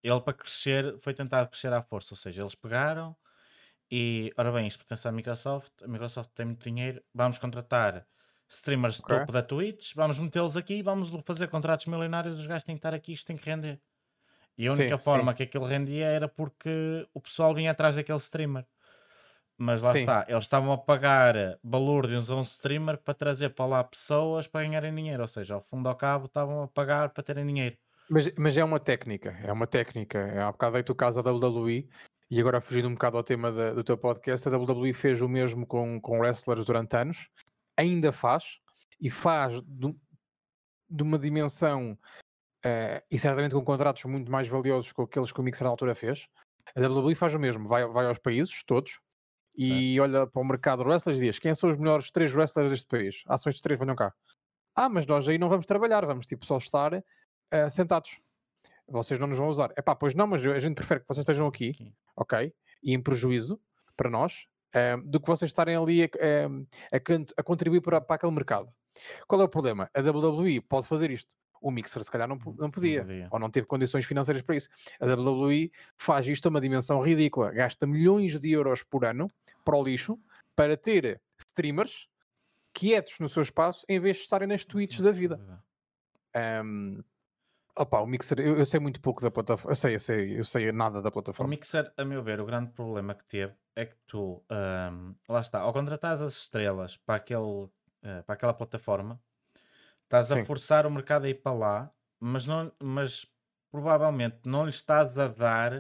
ele para crescer foi tentar crescer à força, ou seja, eles pegaram e, ora bem, isto pertence à Microsoft, a Microsoft tem muito dinheiro, vamos contratar streamers de Ok? topo da Twitch, vamos metê-los aqui, vamos fazer contratos milionários, os gajos têm que estar aqui, isto tem que render. E a Sim, única sim, forma que aquilo rendia era porque o pessoal vinha atrás daquele streamer. Mas lá sim. está, eles estavam a pagar balúrdios a um streamer para trazer para lá pessoas para ganharem dinheiro, ou seja, ao fundo ao cabo estavam a pagar para terem dinheiro. Mas, mas é uma técnica, é uma técnica. É, há bocado aí tu caso a W W E, e agora fugindo um bocado ao tema da- do teu podcast, a W W E fez o mesmo com, com wrestlers durante anos, ainda faz, e faz de, de uma dimensão, eh, e certamente com contratos muito mais valiosos que aqueles que o Mixer na altura fez. A W W E faz o mesmo, vai, vai aos países todos Certo? e olha para o mercado de wrestlers e diz: quem são os melhores três wrestlers deste país? Ah, são estes três, venham cá. Ah, mas nós aí não vamos trabalhar, vamos tipo só estar eh, sentados. Vocês não nos vão usar. Epá, pois não, mas a gente prefere que vocês estejam aqui, Aqui. ok? E em prejuízo para nós, eh, do que vocês estarem ali a, eh, a cont- a contribuir para, para aquele mercado. Qual é o problema? A W W E pode fazer isto. O Mixer se calhar não, po- Hum, não Não podia, podia. ou não teve condições financeiras para isso. A W W E faz isto a uma dimensão ridícula. Gasta milhões de euros por ano para o lixo, para ter streamers quietos no seu espaço, em vez de estarem nas tweets da vida. Ahm, Opa, o Mixer, eu, eu sei muito pouco da plataforma. Eu sei, eu sei, eu sei nada da O plataforma. Mixer, a meu ver, o grande problema que teve é que tu, ahm, lá está, ao contratares as estrelas para, aquele, eh, para aquela plataforma, estás a Sim, forçar o mercado a ir para lá, mas, não, mas provavelmente não lhe estás a dar,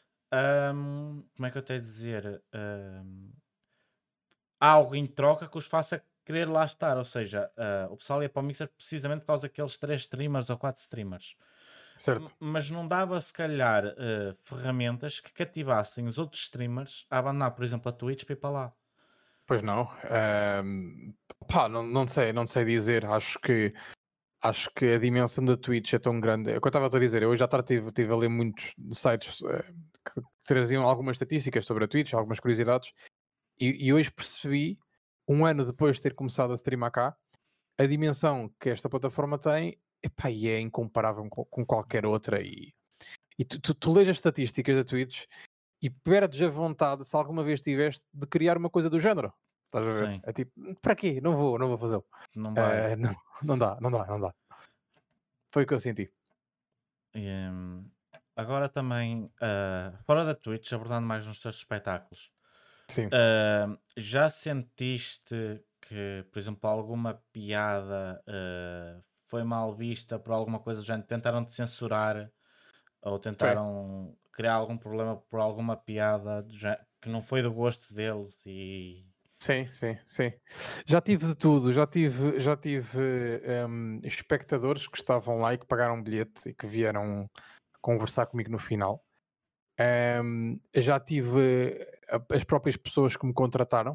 ahm, como é que eu tenho a dizer, ahm, algo em troca que os faça querer lá estar. Ou seja, ah, o pessoal ia para o Mixer precisamente por causa daqueles três streamers ou quatro streamers. M- certo. Mas não dava, se calhar, eh, ferramentas que cativassem os outros streamers a abandonar, por exemplo, a Twitch para ir para lá. Pois não. Ahm, pá, não, não sei, não sei dizer. Acho que acho que a dimensão da Twitch é tão grande. É o que eu estava a dizer. Eu hoje à tarde tive, tive a ler muitos sites eh, que traziam algumas estatísticas sobre a Twitch, algumas curiosidades, e, e hoje percebi, um ano depois de ter começado a streamar cá, a dimensão que esta plataforma tem, epá, e é incomparável com, com qualquer outra. E, e tu, tu, tu lês as estatísticas da Twitch e perdes a vontade, se alguma vez tiveste, de criar uma coisa do género. Estás a ver? Sim, É tipo, para quê? Não vou, não vou fazê-lo. não vai. Eh, não, não dá, não dá, não dá. Foi o que eu senti. E, hum, agora também, ah, fora da Twitch, abordando mais nos teus espetáculos, Sim. ah, já sentiste que, por exemplo, alguma piada ah, foi mal vista por alguma coisa do género? Tentaram-te censurar ou Sim. tentaram criar algum problema por alguma piada do gé- que não foi do gosto deles e Sim, sim, sim. Já tive de tudo, já tive, já tive hum, espectadores que estavam lá e que pagaram um bilhete e que vieram conversar comigo no final. Hum, já tive a- as próprias pessoas que me contrataram.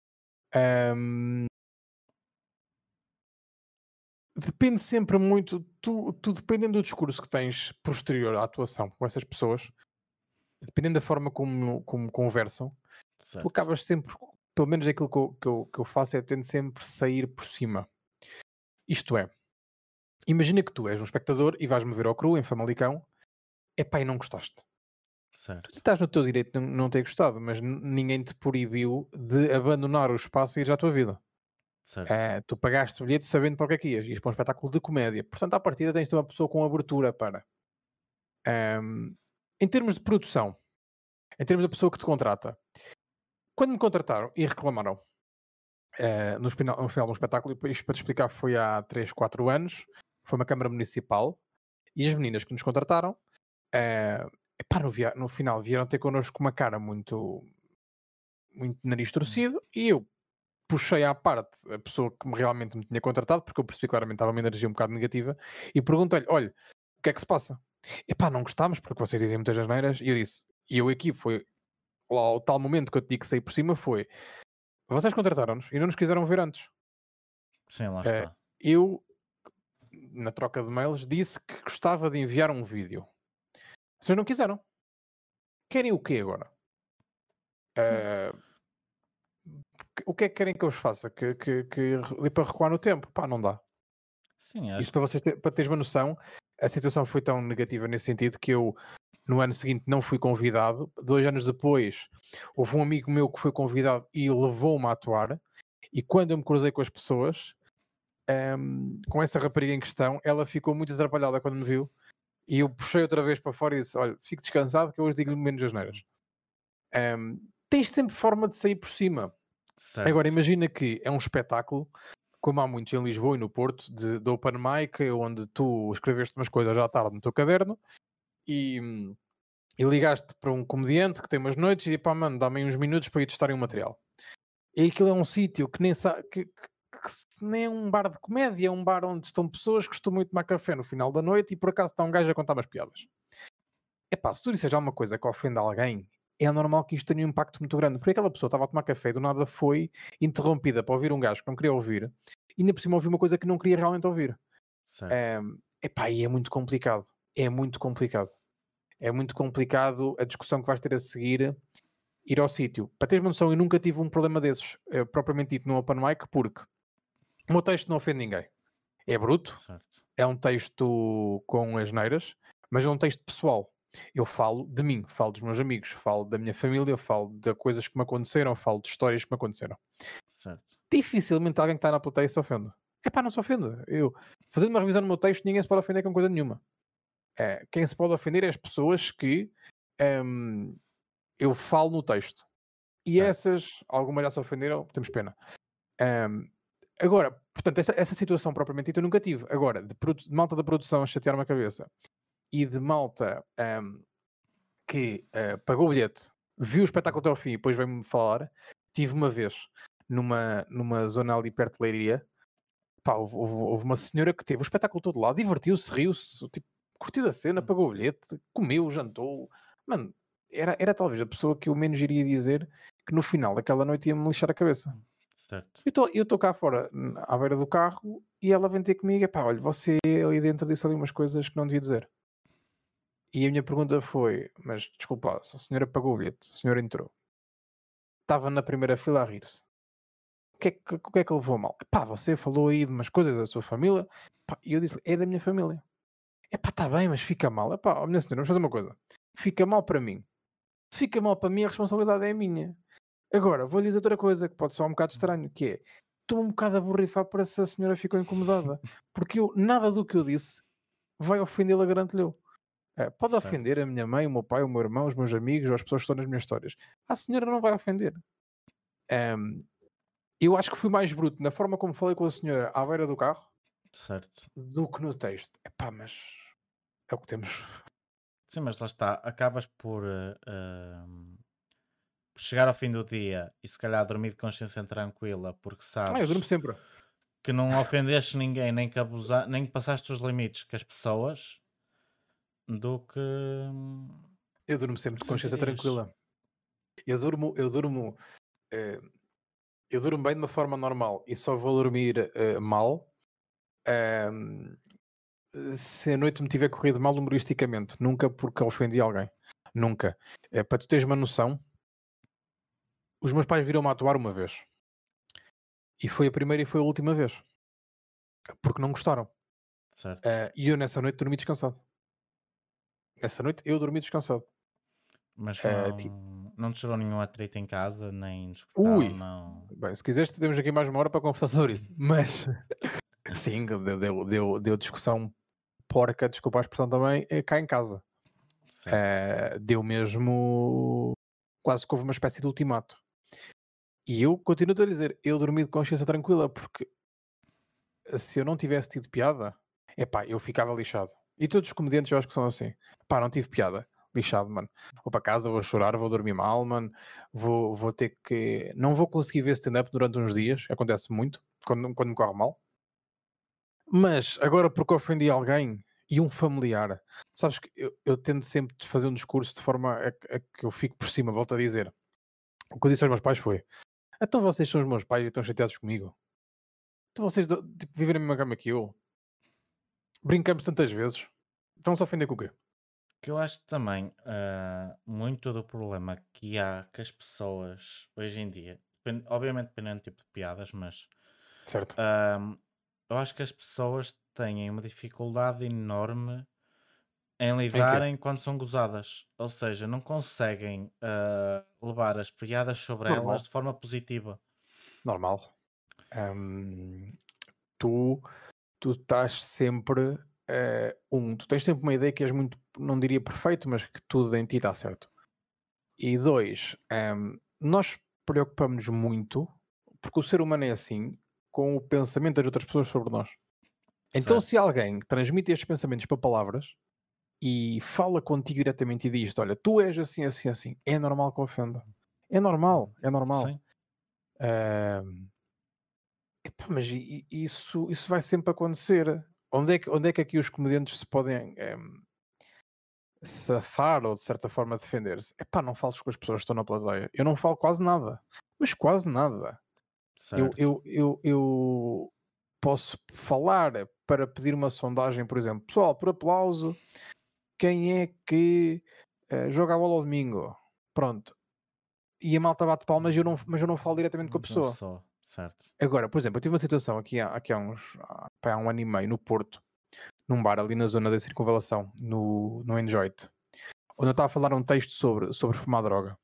Hum, Depende sempre muito, tu, tu dependendo do discurso que tens posterior à atuação com essas pessoas, dependendo da forma como, como conversam, tu certo, acabas sempre, pelo menos aquilo que eu, que eu, que eu faço é tento sempre sair por cima. Isto é, imagina que tu és um espectador e vais-me ver ao cru em Famalicão, epá, e não gostaste. Tu certo, estás no teu direito de não não ter gostado, mas n- ninguém te proibiu de abandonar o espaço e ir à tua vida. certo. Eh, tu pagaste o bilhete sabendo para o que é que ias, ias para um espetáculo de comédia. Portanto, à partida tens de ter uma pessoa com abertura para. Ahm, Em termos de produção, em termos da pessoa que te contrata, quando me contrataram e reclamaram eh, no, final, no final de um espetáculo, e isto para te explicar foi há três quatro anos, foi uma Câmara Municipal, e as meninas que nos contrataram, eh, epá, no, via- no final vieram ter connosco uma cara muito, muito nariz Hum, torcido, e eu puxei à parte a pessoa que me realmente me tinha contratado, porque eu percebi claramente que estava uma energia um bocado negativa, e perguntei-lhe: olha, o que é que se passa? Epá, não gostámos porque vocês dizem muitas asneiras, e eu disse, e eu aqui foi lá o tal momento que eu te digo que saí por cima foi, vocês contrataram-nos e não nos quiseram ver antes. Sim, lá Eh, está. eu, na troca de mails, disse que gostava de enviar um vídeo. Vocês não quiseram. Querem o quê agora? Sim, Eh, o que é que querem que eu vos faça? Que, que, que dê para recuar no tempo? Pá, não dá. sim, Isso acho para vocês ter, para teres uma noção, a situação foi tão negativa nesse sentido que eu, no ano seguinte não fui convidado. Dois anos depois, houve um amigo meu que foi convidado e levou-me a atuar. E quando eu me cruzei com as pessoas, ehm, com essa rapariga em questão, ela ficou muito atrapalhada quando me viu. E eu puxei outra vez para fora e disse: Olha, fique descansado que eu hoje digo-lhe menos asneiras. Ehm, tens sempre forma de sair por cima. Agora, Certo. imagina que é um espetáculo, como há muitos em Lisboa e no Porto, de, de open mic, onde tu escreveste umas coisas à tarde no teu caderno e, hum, e ligaste para um comediante que tem umas noites e pá, mano, dá-me aí uns minutos para ir testarem o material. E aquilo é um sítio que nem sabe, que, que- que se- nem é um bar de comédia, é um bar onde estão pessoas que costumam ir tomar café no final da noite e por acaso está um gajo a contar umas piadas. Epá, se tu disseres alguma coisa que ofenda alguém, é normal que isto tenha um impacto muito grande. Porque aquela pessoa estava a tomar café e do nada foi interrompida para ouvir um gajo que não queria ouvir e ainda por cima ouviu uma coisa que não queria realmente ouvir. Certo. Ehm, epá, e é muito complicado. É muito complicado. É muito complicado a discussão que vais ter a seguir ir ao sítio. Para teres uma noção, eu nunca tive um problema desses, eh, propriamente dito no Open Mic, porque o meu texto não ofende ninguém. É bruto, Certo. é um texto com asneiras, mas é um texto pessoal. Eu falo de mim, falo dos meus amigos, falo da minha família, falo de coisas que me aconteceram, falo de histórias que me aconteceram. Certo. Dificilmente alguém que está na plateia se ofende. É pá, não se ofende. Eu, fazendo uma revisão no meu texto, ninguém se pode ofender com coisa nenhuma. É, quem se pode ofender é as pessoas que hum, eu falo no texto. E Certo. essas, algumas já se ofenderam, temos pena. Hum, agora, portanto, essa, essa situação propriamente dita eu nunca tive. Agora, de, produ- de malta da produção a chatear-me a cabeça e de malta hum, que uh, pagou o bilhete, viu o espetáculo até ao fim e depois veio-me falar, tive uma vez numa, numa zona ali perto de Leiria. Pá, houve, houve- houve uma senhora que teve o espetáculo todo lá, divertiu-se, riu-se, tipo, curtiu da cena, Hum. pagou o bilhete, comeu, jantou. Mano, era, era talvez a pessoa que eu menos iria dizer que no final daquela noite ia-me lixar a cabeça. Certo. Eu estou cá fora, n- à beira do carro, e ela vem ter comigo, e pá, olha, você ali dentro disse ali umas coisas que não devia dizer. E a minha pergunta foi, mas desculpa, lá, se a senhora pagou o bilhete, a senhora entrou, estava na primeira fila a rir-se. O que, é que, o que é que levou a mal? Pá, você falou aí de umas coisas da sua família, pá, e eu disse, é da minha família. É pá, está bem, mas fica mal. É pá, minha senhora, vamos fazer uma coisa. Fica mal para mim. Se fica mal para mim, a responsabilidade é minha. Agora, vou-lhe dizer outra coisa que pode soar um bocado estranho, que é, estou um bocado a borrifar para se a senhora ficou incomodada. Porque eu, nada do que eu disse vai ofendê-la, garanto-lhe eu. Eh, pode Certo. ofender a minha mãe, o meu pai, o meu irmão, os meus amigos, ou as pessoas que estão nas minhas histórias. A senhora não vai ofender. Ahm, eu acho que fui mais bruto na forma como falei com a senhora à beira do carro Certo. do que no texto. Epá, mas é o que temos. Sim, mas lá está. Acabas por eh, ehm, chegar ao fim do dia e se calhar dormir de consciência tranquila porque Ah, eu durmo sabes sempre. que não ofendeste ninguém, nem que abusar, nem que passaste os limites com as pessoas, do que hum, Eu durmo sempre de consciência sentirias. tranquila. Eu durmo, eu durmo, eh, eu durmo bem de uma forma normal e só vou dormir eh, mal ehm, se a noite me tiver corrido mal humoristicamente. Nunca porque ofendi alguém. Nunca. Eh, para tu teres uma noção, os meus pais viram-me atuar uma vez. E foi a primeira e foi a última vez. Porque não gostaram. Certo. Eh, e eu nessa noite dormi descansado. Nessa noite eu dormi descansado. Mas Eh, tipo, não, não te gerou nenhum atrito em casa, nem discussão, ui! não. Bem, se quiseres, temos aqui mais uma hora para conversar sobre isso. Mas sim, deu, deu, deu, deu discussão porca, desculpa a expressão também, eh, cá em casa. Certo. Eh, deu mesmo. Quase que houve uma espécie de ultimato. E eu continuo a dizer, eu dormi de consciência tranquila, porque se eu não tivesse tido piada, epá, eu ficava lixado. E todos os comediantes eu acho que são assim. Pá, não tive piada. Lixado, mano. Vou para casa, vou chorar, vou dormir mal, mano. Vou, vou ter que. Não vou conseguir ver stand-up durante uns dias. Acontece muito, quando, quando me corre mal. Mas agora porque ofendi alguém e um familiar, sabes que eu, eu tento sempre de fazer um discurso de forma a, que a que eu fico por cima, volto a dizer. O que eu disse aos meus pais foi: então vocês são os meus pais e estão chateados comigo? Então vocês do- tipo, viverem na mesma cama que eu? Brincamos tantas vezes. Estão-se a ofender com o quê? Que eu acho que também ah, muito do problema que há com as pessoas hoje em dia, depende- obviamente dependendo do tipo de piadas, mas Certo. ahm, eu acho que as pessoas têm uma dificuldade enorme em Em quê? lidarem quando são gozadas. Ou seja, não conseguem ah, levar as piadas sobre elas Normal, de forma positiva. normal. Hum, tu, tu estás sempre, eh, um, tu tens sempre uma ideia que és muito, não diria perfeito, mas que tudo em ti está certo. E dois, hum, nós preocupamos muito, porque o ser humano é assim, com o pensamento das outras pessoas sobre nós. Então, Certo. se alguém transmite estes pensamentos para palavras e fala contigo diretamente e diz: olha, tu és assim, assim, assim, é normal que ofenda. É normal, é normal. Sim, Hum, epá, mas i- i- isso, isso vai sempre acontecer. Onde é que, onde é que aqui os comediantes se podem hum, safar ou de certa forma defender-se? Epá, não fales com as pessoas que estão na plateia. Eu não falo quase nada, mas quase nada. Eu, certo. eu, eu, eu posso falar para pedir uma sondagem, por exemplo, pessoal, por aplauso, quem é que eh, joga a bola ao domingo? Pronto. E a malta bate palmas, e eu não, mas eu não falo diretamente com a Uma pessoa. pessoa, certo. Agora, por exemplo, eu tive uma situação aqui há, aqui há uns há, pá, há um ano e meio no Porto, num bar ali na zona da circunvalação, no, no Enjoy-te, onde eu estava a falar um texto sobre, sobre fumar droga.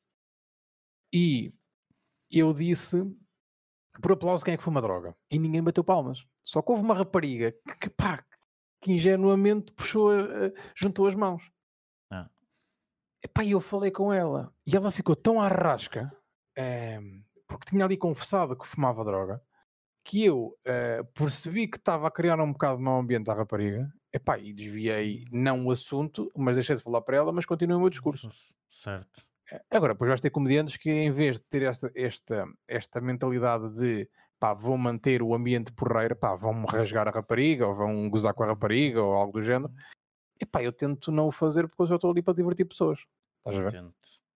E eu disse, por aplauso, quem é que fuma droga? E ninguém bateu palmas. Só que houve uma rapariga que, pá, que ingenuamente puxou, a- juntou as mãos. Ah, Epá, e eu falei com ela e ela ficou tão à rasca, ehm, porque tinha ali confessado que fumava droga, que eu eh, percebi que estava a criar um bocado de mau ambiente à rapariga. Epá, e desviei não o assunto, mas deixei de falar para ela, mas continuei o meu discurso. certo. Eh, Agora, depois vais ter comediantes que, em vez de ter esta, esta, esta mentalidade de pá, vou manter o ambiente porreiro, pá, vão-me rasgar a rapariga, ou vão gozar com a rapariga, ou algo do género. Epá, eu tento não o fazer porque eu só estou ali para divertir pessoas. Estás a ver? Entendo.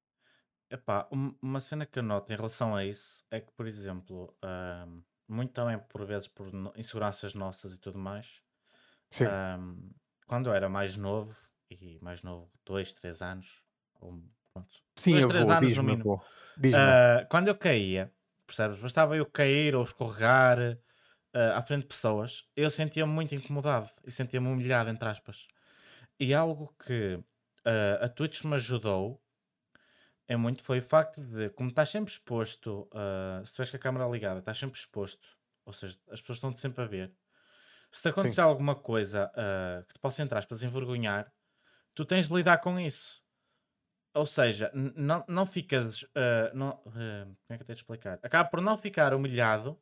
Epá, um- uma cena que eu noto em relação a isso é que, por exemplo, ahm, muito também por vezes por no- inseguranças nossas e tudo mais, Sim. ahm, quando eu era mais novo, e mais novo, dois, três anos, ou pronto, Sim, dois, três avô, anos no diz-me, mínimo, avô. Diz-me. ah, quando eu caía, percebes? Bastava eu cair ou escorregar ah, à frente de pessoas, eu sentia-me muito incomodado e sentia-me humilhado, entre aspas. E algo que ah, a Twitch me ajudou é muito foi o facto de, como estás sempre exposto, ah, se tiveres com a câmera ligada, estás sempre exposto, ou seja, as pessoas estão-te sempre a ver. Se te Sim, acontecer alguma coisa ah, que te possa, entre aspas, envergonhar, tu tens de lidar com isso. Ou seja, n- não, não ficas. ah, não, ah, como é que eu tenho de explicar? Acaba por não ficar humilhado,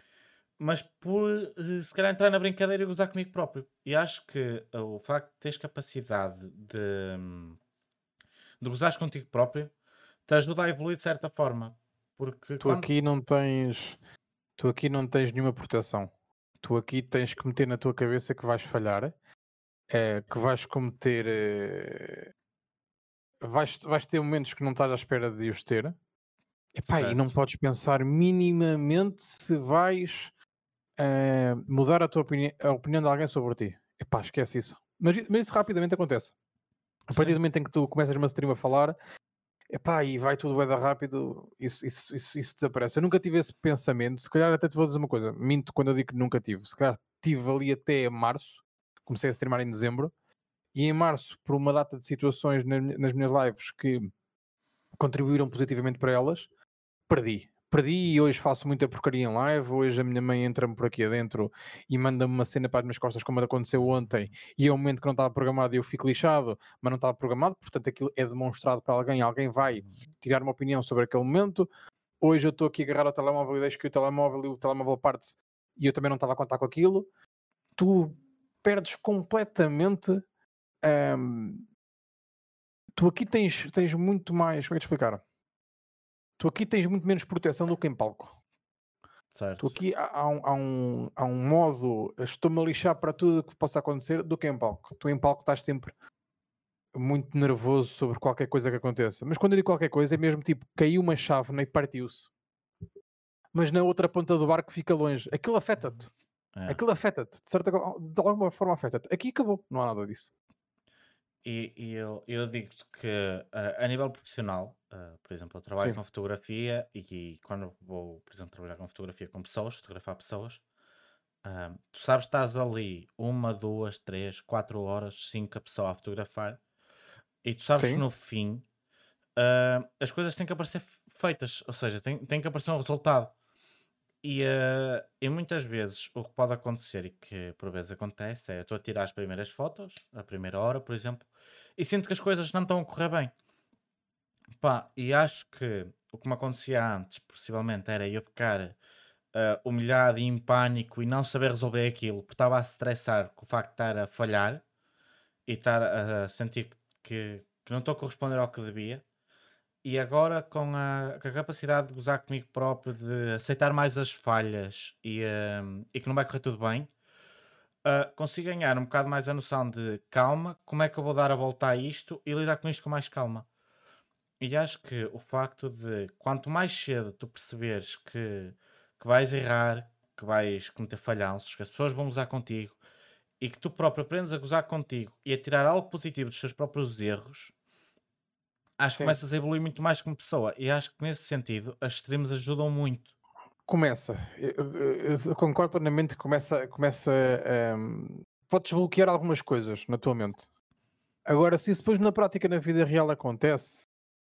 mas por eh, se calhar entrar na brincadeira e gozar comigo próprio. E acho que ah, o facto de teres capacidade de, hum, de gozares contigo próprio te ajuda a evoluir de certa forma. Porque tu quando. aqui não tens, tu aqui não tens nenhuma proteção. Tu aqui tens que meter na tua cabeça que vais falhar, eh, que vais cometer, eh, vais, vais ter momentos que não estás à espera de os ter. Epá, e não Certo. podes pensar minimamente se vais eh, mudar a tua opinião, a opinião de alguém sobre ti. Epá, esquece isso. Mas, i- mas isso rapidamente acontece. A partir Sim. do momento em que tu começas uma stream a falar, epá, e vai tudo bué da rápido, isso, isso, isso, isso desaparece. Eu nunca tive esse pensamento, se calhar até te vou dizer uma coisa, minto quando eu digo que nunca tive, se calhar tive ali até março, comecei a streamar em dezembro, e em março, por uma data de situações na- nas minhas lives que contribuíram positivamente para elas, perdi. Perdi e hoje faço muita porcaria em live. Hoje a minha mãe entra-me por aqui adentro e manda-me uma cena para as minhas costas, como aconteceu ontem. E é um momento que não estava programado e eu fico lixado, mas não estava programado. Portanto, aquilo é demonstrado para alguém. Alguém vai tirar uma opinião sobre aquele momento. Hoje eu estou aqui a agarrar o telemóvel e deixo que o telemóvel e o telemóvel parte e eu também não estava a contar com aquilo. Tu perdes completamente. hum, tu aqui tens, tens muito mais. Como é que te explicar? Tu aqui tens muito menos proteção do que em palco. Tu Certo. aqui há, há um, há, um, há um modo, estou-me a lixar para tudo o que possa acontecer do que em palco. Tu em palco estás sempre muito nervoso sobre qualquer coisa que aconteça. Mas quando eu digo qualquer coisa é mesmo tipo, caiu uma chávena e partiu-se. Mas na outra ponta do barco fica longe. Aquilo afeta-te. É. Aquilo afeta-te. De, certa, de alguma forma afeta-te. Aqui acabou. Não há nada disso. E, e eu, eu digo-te que ah, a nível profissional, ah, por exemplo, eu trabalho Sim. com fotografia e, quando vou, por exemplo, trabalhar com fotografia com pessoas, fotografar pessoas, Ah, tu sabes que estás ali uma, duas, três, quatro horas, cinco a pessoa a fotografar e tu sabes que Sim, no fim ah, as coisas têm que aparecer f- feitas, ou seja, tem, tem que aparecer um resultado. E, ah, e muitas vezes o que pode acontecer e que por vezes acontece é eu estou a tirar as primeiras fotos, a primeira hora, por exemplo, e sinto que as coisas não estão a correr bem. Pá, e acho que o que me acontecia antes, possivelmente, era eu ficar ah, humilhado e em pânico e não saber resolver aquilo, porque estava a se estressar com o facto de estar a falhar e estar a sentir que, que não estou a corresponder ao que devia. E agora, com a, com a capacidade de gozar comigo próprio, de aceitar mais as falhas e, ah, e que não vai correr tudo bem, ah, consigo ganhar um bocado mais a noção de calma, como é que eu vou dar a volta a isto e lidar com isto com mais calma. E acho que o facto de quanto mais cedo tu perceberes que, que vais errar, que vais cometer falhanços, que as pessoas vão gozar contigo e que tu próprio aprendes a gozar contigo e a tirar algo positivo dos teus próprios erros, acho que sim. começas a evoluir muito mais como pessoa. E acho que nesse sentido as streams ajudam muito. Começa. Eu, eu- eu concordo plenamente que começa, começa ehm, pode desbloquear algumas coisas na tua mente. Agora, se isso depois na prática, na vida real acontece,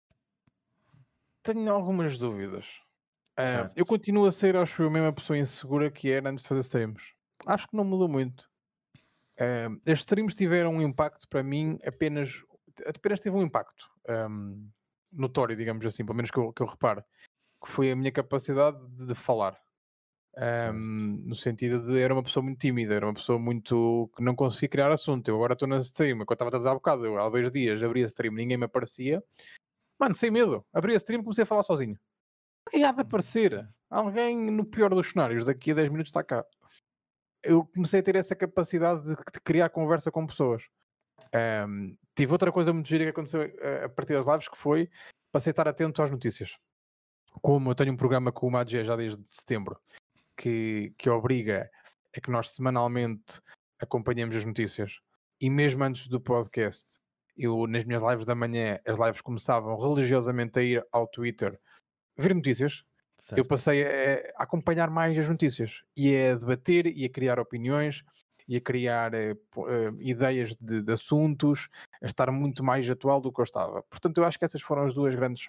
tenho algumas dúvidas. Ah, eu Certo, continuo a ser, acho eu, a mesma pessoa insegura que era antes de fazer streams. Acho que não mudou muito. Ah, as streams tiveram um impacto para mim apenas, apenas teve um impacto ahm, notório, digamos assim, pelo menos que eu, que eu reparo, que foi a minha capacidade de, de falar. certo. Ahm, no sentido de era uma pessoa muito tímida, era uma pessoa muito que não conseguia criar assunto. Eu agora estou na stream, quando estava a dizer há bocado, eu, há dois dias abri a stream, ninguém me aparecia. Mano, sem medo, abri a stream e comecei a falar sozinho. E há de aparecer Certo. alguém no pior dos cenários, daqui a dez minutos está cá. Eu comecei a ter essa capacidade de, de criar conversa com pessoas. Ahm, tive outra coisa muito gira que aconteceu eh, a partir das lives, que foi passei a estar atento às notícias. Como eu tenho um programa com o Magia já desde setembro, que, que obriga a que nós semanalmente acompanhemos as notícias. E mesmo antes do podcast, eu nas minhas lives da manhã, as lives começavam religiosamente a ir ao Twitter ver notícias. Eu Certo. passei a, a acompanhar mais as notícias e a debater e a criar opiniões e a criar eh, po- eh, ideias de, de assuntos, a estar muito mais atual do que eu estava. Portanto, eu acho que essas foram as duas grandes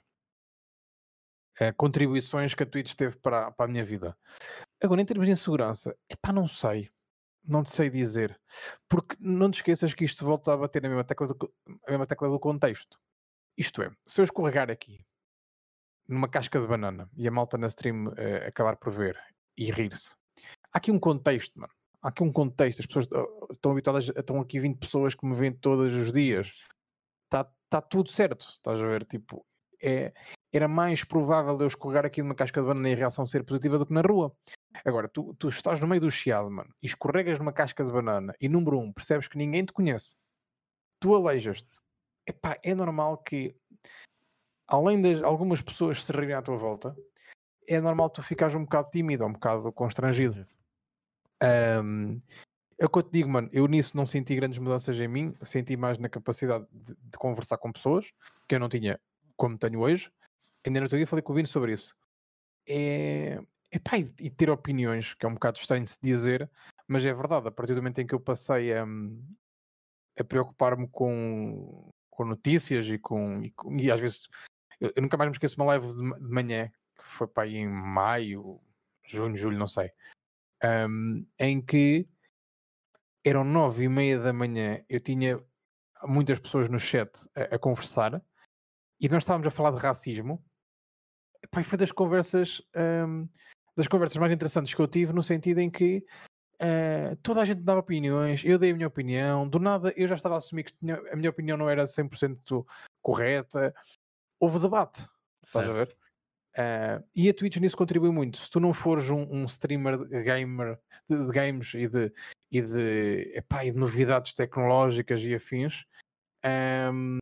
eh, contribuições que a Twitch teve para, para a minha vida. Agora, em termos de insegurança, epá, não sei. Não te sei dizer. Porque não te esqueças que isto volta a bater na mesma tecla do, co- a mesma tecla do contexto. Isto é, se eu escorregar aqui numa casca de banana e a malta na stream eh, acabar por ver e rir-se, há aqui um contexto, mano. Há aqui um contexto. As pessoas uh, estão habituadas, estão aqui vinte pessoas que me veem todos os dias. Pois. Está tá tudo certo. Estás a ver? Tipo, é, era mais provável eu escorregar aqui numa casca de banana e a reação ser positiva do que na rua. Agora, tu, tu estás no meio do chiado, mano, e escorregas numa casca de banana e, número um, percebes que ninguém te conhece. Tu aleijas-te. Epá, é normal que, além de algumas pessoas se rirem à tua volta, é normal tu ficares um bocado tímido, um bocado constrangido. Entendido. Ahm, é o que eu te digo, mano. Eu nisso não senti grandes mudanças em mim, senti mais na capacidade de, de conversar com pessoas, que eu não tinha como tenho hoje. Ainda no outro dia falei com o Vino sobre isso. É, epá, e, e ter opiniões, que é um bocado estranho de se dizer, mas é verdade. A partir do momento em que eu passei a, a preocupar-me com, com notícias e com, e, com- e às vezes eu, eu nunca mais me esqueço de uma live de, ma- de manhã, que foi para aí em maio, junho, julho, não sei, ahm, em que eram nove e meia da manhã, eu tinha muitas pessoas no chat a, a conversar e nós estávamos a falar de racismo. Epá, e foi das conversas ahm, das conversas mais interessantes que eu tive, no sentido em que ah, toda a gente dava opiniões, eu dei a minha opinião, do nada eu já estava a assumir que tinha- a minha opinião não era cem por cento correta, houve debate, estás a Certo. ver? Ah, e a Twitch nisso contribui muito. Se tu não fores um, um streamer de gamer de, de games e de, e, de, epá, e de novidades tecnológicas e afins, ahm,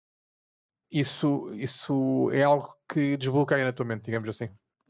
isso, isso é algo que desbloqueia na tua mente, digamos assim.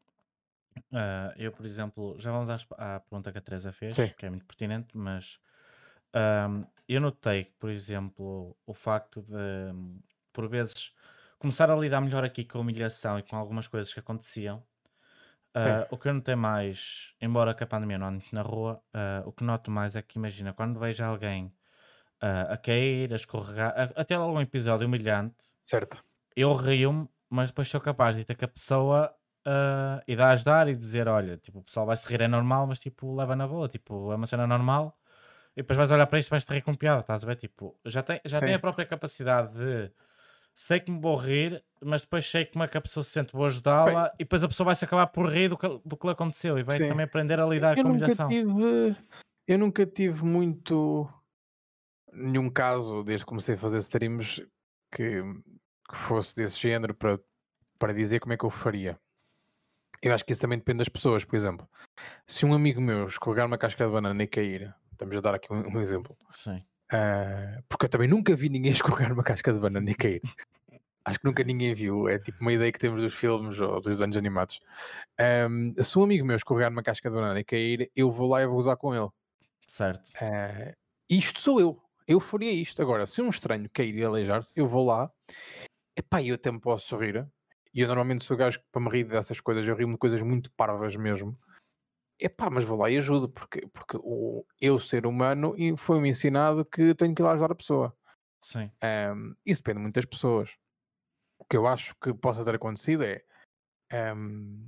Ah, eu, por exemplo, já vamos às- à, pergunta que a Teresa Sim, fez, que é muito pertinente, mas ahm, eu notei que, por exemplo, o facto de, hum, por vezes, começar a lidar melhor aqui com a humilhação e com algumas coisas que aconteciam, Sim, Ah, o que eu notei mais, embora que a pandemia não ande muito na rua, ah, o que noto mais é que, imagina, quando vejo alguém ah, a cair, a escorregar, a- até algum episódio humilhante, certo. eu rio-me, mas depois sou capaz de ter que a pessoa ah, ir a ajudar e dizer: olha, tipo, o pessoal vai se rir, é normal, mas tipo, leva na boa, tipo, é uma cena normal. E depois vais olhar para isto e vais te rir com piada, estás a ver? Tipo, já tem, já tem Sim. a própria capacidade de sei que me vou rir, mas depois sei como é que a pessoa se sente, vou Bem, ajudá-la e depois a pessoa vai se acabar por rir do que, do que lhe aconteceu e vai sim. também aprender a lidar Eu com a nunca humilhação. tive, eu nunca tive muito nenhum caso desde que comecei a fazer streams que, que fosse desse género para, para dizer como é que eu faria. Eu acho que isso também depende das pessoas, por exemplo. Se um amigo meu escorregar uma casca de banana e cair, estamos a dar aqui um, um exemplo, Sim, ah, porque eu também nunca vi ninguém escorregar uma casca de banana e cair. Acho que nunca ninguém viu, é tipo uma ideia que temos dos filmes ou dos desenhos animados. Ahm, se um amigo meu escorregar numa casca de banana e cair, eu vou lá e vou usar com ele. certo, Ah, isto sou eu. Eu faria isto. Agora, se um estranho cair e aleijar-se, eu vou lá. Epá, eu até me posso sorrir. E eu normalmente sou gajo que para me rir dessas coisas, eu rio-me de coisas muito parvas mesmo. Epá, mas vou lá e ajudo, porque, porque o, eu, ser humano, e foi-me ensinado que tenho que ir lá ajudar a pessoa. sim, Ahm, isso depende muito das pessoas. O que eu acho que possa ter acontecido é. ahm,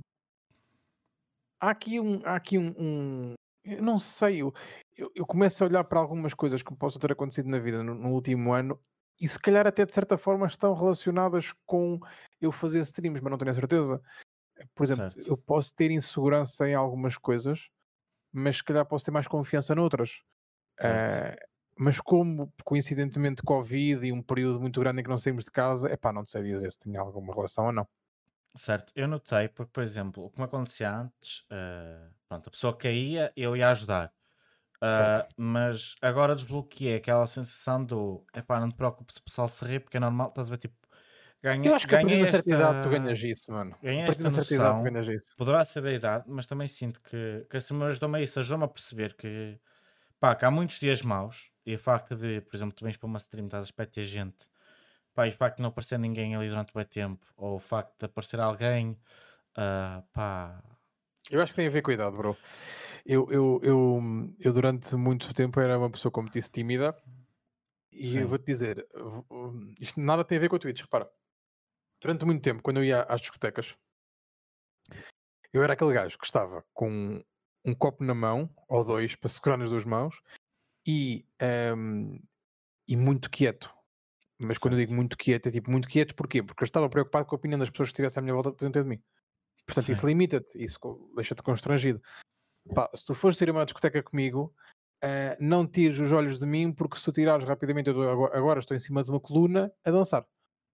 há aqui um. Há aqui um, um- eu não sei. Eu, eu, eu começo a olhar para algumas coisas que possam ter acontecido na vida no, no último ano e se calhar até de certa forma estão relacionadas com eu fazer streams, mas não tenho a certeza. Por exemplo, certo, eu posso ter insegurança em algumas coisas, mas se calhar posso ter mais confiança noutras. certo, Ah, mas como coincidentemente Covid e um período muito grande em que não saímos de casa, epá, não te sei dizer se tinha alguma relação ou não. certo. Eu notei porque, por exemplo, o que me acontecia antes, eh, pronto, a pessoa caía, eu ia ajudar. Certo. Ah, mas agora desbloqueei aquela sensação do epá, não te preocupes, o pessoal se ri porque é normal, estás a ver? Tipo, Eu ganhei, acho que a partir de ganhei uma certa idade tu esta, ganhas isso, mano. A ganhei partir de esta uma certa idade tu noção, ganhas isso. poderá ser da idade, mas também sinto que, que assim ajudou-me a isso, ajudou-me a perceber que, pá, que há muitos dias maus e o facto de, por exemplo, tu vens para uma stream, estás a esperar ter gente, pá, e o facto de não aparecer ninguém ali durante o bom tempo, ou o facto de aparecer alguém, ah, pá, Eu acho que tem a ver com a idade, bro. Eu, eu, eu, eu durante muito tempo era uma pessoa, como te disse, tímida. E eu sim, vou-te dizer, v- um, isto nada tem a ver com a Twitch, repara. Durante muito tempo, quando eu ia às discotecas, eu era aquele gajo que estava com um copo na mão, ou dois, para segurar nas duas mãos, e, ehm, e muito quieto. Mas quando eu digo certo, muito quieto, é tipo muito quieto, porquê? Porque eu estava preocupado com a opinião das pessoas que estivessem à minha volta por dentro de mim. Portanto, sim, isso limita-te, isso co- deixa-te constrangido. Pá, se tu fores sair a uma discoteca comigo, eh, não tires os olhos de mim, porque se tu tirares rapidamente, eu tô- agora, agora estou em cima de uma coluna a dançar.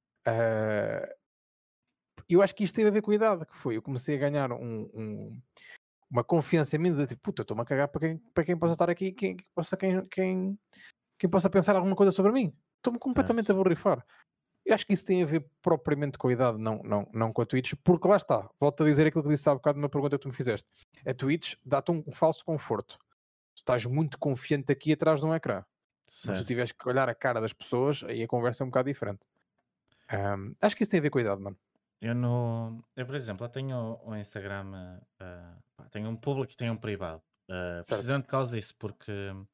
Eh, eu acho que isto teve a ver com a idade, que foi, eu comecei a ganhar um- um- uma confiança em mim de tipo, puta, eu estou-me a cagar para quem, para quem possa estar aqui, quem, quem possa, quem, quem, quem possa pensar alguma coisa sobre mim. Estou-me completamente certo, a borrifar. Eu acho que isso tem a ver propriamente com a idade, não, não, não com a Twitch, porque lá está, volto a dizer aquilo que disse há bocado numa pergunta que tu me fizeste. A Twitch dá-te um falso conforto. Tu estás muito confiante aqui atrás de um ecrã, mas se tu certo. tiveres que olhar a cara das pessoas, aí a conversa é um bocado diferente. Ahm, acho que isso tem a ver com a idade, mano. Eu no, eu por exemplo, eu tenho um Instagram, ah, pá, tenho um público e tenho um privado, ah, Certo. precisamente por causa disso, porque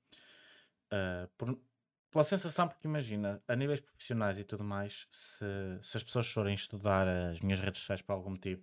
ah, por- pela sensação, porque imagina, a níveis profissionais e tudo mais, se, se as pessoas forem estudar as minhas redes sociais por algum motivo,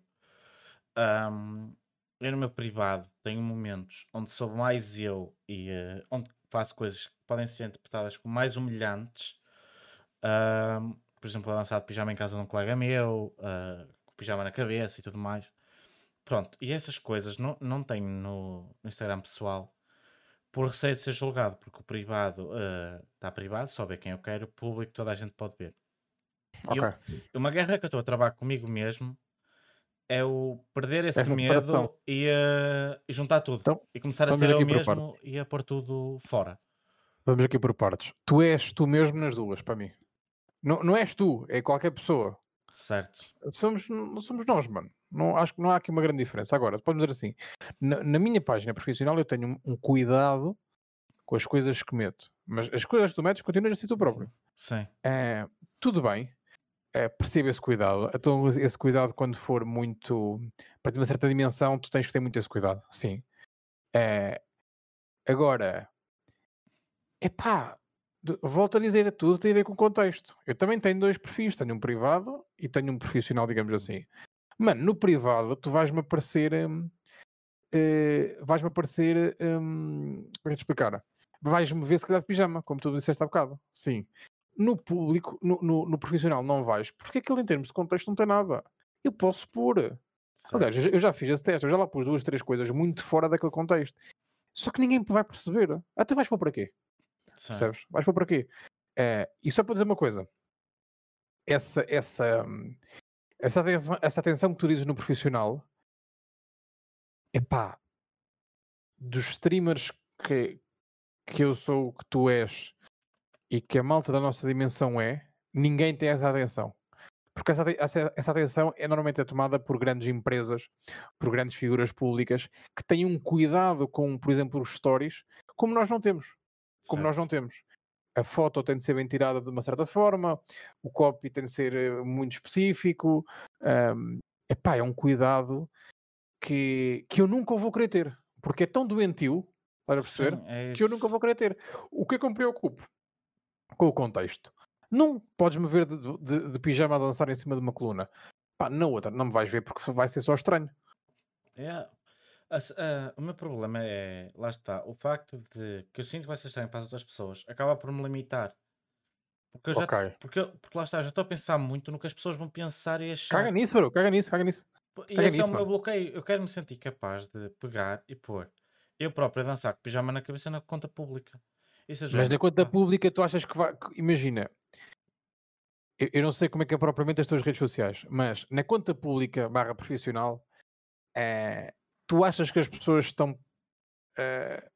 ahm, eu no meu privado tenho momentos onde sou mais eu e ah, onde faço coisas que podem ser interpretadas como mais humilhantes. Ahm, por exemplo, a dançar de pijama em casa de um colega meu, ah, com pijama na cabeça e tudo mais. Pronto, e essas coisas não, não tenho no, no Instagram pessoal por receio de ser julgado, porque o privado está privado, só vê quem eu quero, o público toda a gente pode ver. E eu- Ok. uma guerra que eu estou a trabalhar comigo mesmo é o perder esse Essa separação. medo e, ah, e juntar tudo. Então, E começar a vamos ser eu aqui por partes. mesmo e a pôr tudo fora. Vamos aqui por partes. Tu és tu mesmo nas duas, para mim. Não, não és tu, é qualquer pessoa. Certo, Somos, não somos nós, mano. Não, acho que não há aqui uma grande diferença. Agora, podemos dizer assim: na, na minha página profissional eu tenho um, um cuidado com as coisas que meto, mas as coisas que tu metes continuas a ser tu próprio. sim, Eh, tudo bem. é, percebo esse cuidado. Então, esse cuidado, quando for muito para ter uma certa dimensão, tu tens que ter muito esse cuidado, sim. É, agora, epá, de- volto a dizer, tudo tem a ver com o contexto. Eu também tenho dois perfis, tenho um privado e tenho um profissional, digamos assim. Mano, no privado, tu vais-me aparecer. hum, eh, vais-me aparecer. hum, como é que eu te explicar? Vais-me ver se calhar de pijama, como tu disseste há bocado. Sim. No público, no, no- no profissional, não vais, porque aquilo em termos de contexto não tem nada. Eu posso pôr. Certo, Aliás, eu já eu já fiz esse teste, eu já lá pus duas, três coisas muito fora daquele contexto. Só que ninguém vai perceber. Até vais pôr para quê? certo. Percebes? Vais pôr para quê? Eh, e só para dizer uma coisa, essa, essa, hum, essa, atenção, essa atenção que tu dizes no profissional, epá, dos streamers que, que eu sou, que tu és e que a malta da nossa dimensão é, ninguém tem essa atenção. Porque essa, ate- essa, essa atenção é normalmente é tomada por grandes empresas, por grandes figuras públicas que têm um cuidado com, por exemplo, os stories, como nós não temos. Como nós não Certo. temos. A foto tem de ser bem tirada de uma certa forma, o copy tem de ser eh, muito específico. Um, epá, é um cuidado que, que eu nunca vou querer ter, porque é tão doentio, estás a perceber, Sim, é que eu nunca isso. vou querer ter. O que é que eu me preocupo? Com o contexto. Não podes-me ver de, de- de pijama a dançar em cima de uma coluna. Pá, na outra, não me vais ver porque vai ser só estranho. É, a se- a- o meu problema é, lá está, o facto de que eu sinto que vai ser estranho para as outras pessoas acaba por me limitar. Porque eu já, Ok. porque, eu- porque lá está, já estou a pensar muito no que as pessoas vão pensar e Caga achar. nisso, bro. Caga nisso, caga nisso. E Caga esse é o nisso, meu mano. bloqueio. Eu quero me sentir capaz de pegar e pôr eu próprio a dançar com pijama na cabeça na conta pública. Isso é Mas na género. conta Pá, pública, tu achas que vai. que- Imagina, eu, eu não sei como é que é propriamente as tuas redes sociais, mas na conta pública barra profissional, eh, tu achas que as pessoas estão, eh,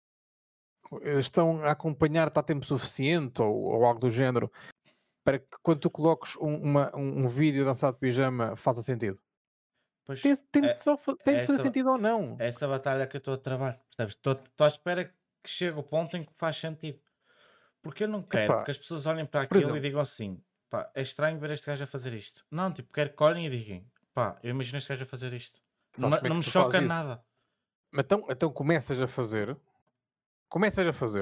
estão a acompanhar-te há tempo suficiente ou, ou algo do género para que quando tu coloques um, uma- um, um vídeo dançado de pijama faça sentido? Tem, pois tem, de é, só, fa- tem é de fazer essa, sentido ou não. é essa batalha que eu estou a travar. Percebes? Estou estou à espera que chegue o ponto em que faz sentido. Porque eu não quero Epá, que as pessoas olhem para por aquilo e exemplo, digam assim: pá, é estranho ver este gajo a fazer isto. Não, tipo, quero que olhem e digam: pá, eu imagino este gajo a fazer isto. Não, sabes me- como é não que me tu fazes choca isso? nada. Então, então começas a fazer, começas a fazer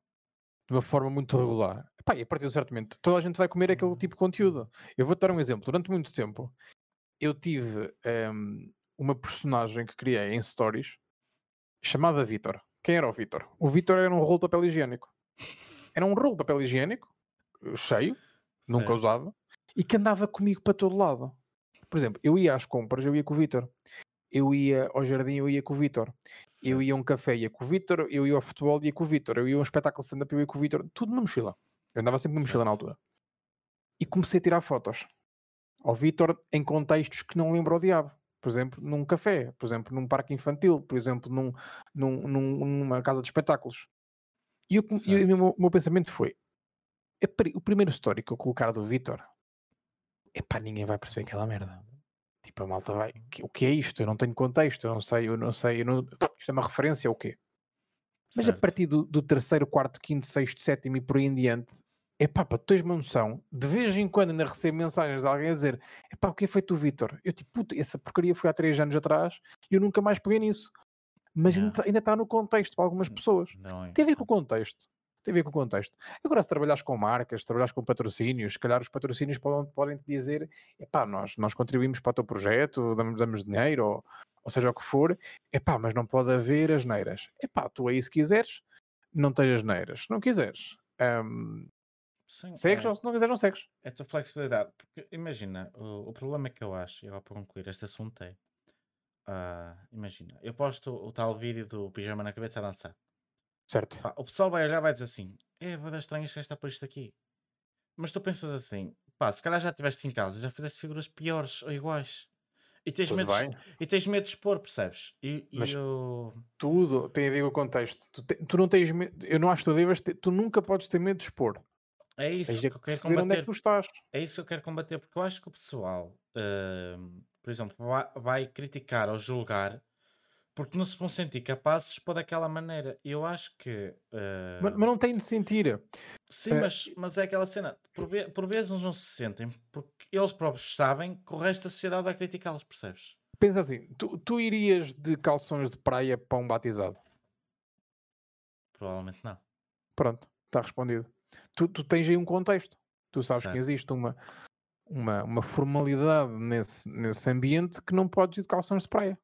de uma forma muito regular. Epá, e a partir de um certo momento, toda a gente vai comer aquele tipo de conteúdo. Eu vou-te dar um exemplo. Durante muito tempo, eu tive ehm, uma personagem que criei em stories chamada Vitor. Quem era o Vitor? O Vitor era um rolo de papel higiênico. Era um rolo de papel higiênico, eh, cheio, nunca Certo, usado, e que andava comigo para todo lado. Por exemplo, eu ia às compras, eu ia com o Vitor. Eu ia ao jardim, eu ia com o Vitor. Eu ia a certo, um café, ia com o Vitor. Eu ia ao futebol, ia com o Vitor. Eu ia a um espetáculo de stand-up, eu ia com o Vitor. Tudo na mochila. Eu andava sempre na mochila na certo, altura. E comecei a tirar fotos ao Vitor em contextos que não lembro ao diabo. Por exemplo, num café, por exemplo, num parque infantil, por exemplo, num, num- num- numa casa de espetáculos. E, eu, e o certo. meu, o meu pensamento foi: "É pri- o primeiro story que eu colocar do Vitor, epá, ninguém vai perceber aquela merda. Tipo, a malta vai, "Que- o que é isto? Eu não tenho contexto, eu não sei, eu não sei, eu não- isto é uma referência ou o quê?" Mas a Certo. partir do, do terceiro, quarto, quinto, sexto, sétimo e por aí em diante, epá, para tu teres uma noção, de vez em quando ainda recebo mensagens de alguém a dizer: epá, o que é feito o Vitor? Eu tipo, puta, essa porcaria foi há três anos atrás e eu nunca mais peguei nisso. Mas ainda Yeah. está ainda tá no contexto para algumas N- pessoas. Não é Tem a ver com o importante. contexto. Tem a ver com o contexto. Agora, se trabalhares com marcas, se trabalhares com patrocínios, se calhar os patrocínios podem, podem te dizer: epá, nós, nós contribuímos para o teu projeto, damos, damos dinheiro, ou, ou seja o que for, epá, mas não pode haver asneiras. Epá, tu aí se quiseres, não tens asneiras. Se não quiseres, hum, Sim, segues, é, ou se não quiseres, não segues. é a tua flexibilidade. Porque imagina, o, o problema que eu acho, e agora para concluir este assunto é, ah, imagina, eu posto o tal vídeo do pijama na cabeça a dançar. Certo. Pá, o pessoal vai olhar e vai dizer assim, é, vai dar estranho este gajo está por isto aqui. Mas tu pensas assim, pá, se calhar já estiveste em casa, já fizeste figuras piores ou iguais. E tens Tudo medo de, bem, exp- e tens medo de expor, percebes? E, e mas eu... tudo tem a ver com o contexto. Tu, te- tu não tens medo, eu não acho que tu devas ter, tu nunca podes ter medo de expor. É Tens isso é que que eu quero perceber onde é que combater. tu estás. É isso que eu quero combater, porque eu acho que o pessoal, hum, por exemplo, vai, vai criticar ou julgar porque não se vão sentir capazes de expor daquela maneira. E eu acho que. Mas, eh, mas não tem de sentir. sim, Eh, mas, mas é aquela cena. Por, ve- por vezes eles não se sentem porque eles próprios sabem que o resto da sociedade vai criticá-los, percebes? pensa assim, tu, tu irias de calções de praia para um batizado? Provavelmente não. Pronto, está respondido. Tu, tu tens aí um contexto. Tu sabes que Certo. existe uma, uma, uma formalidade nesse, nesse ambiente que não podes ir de calções de praia.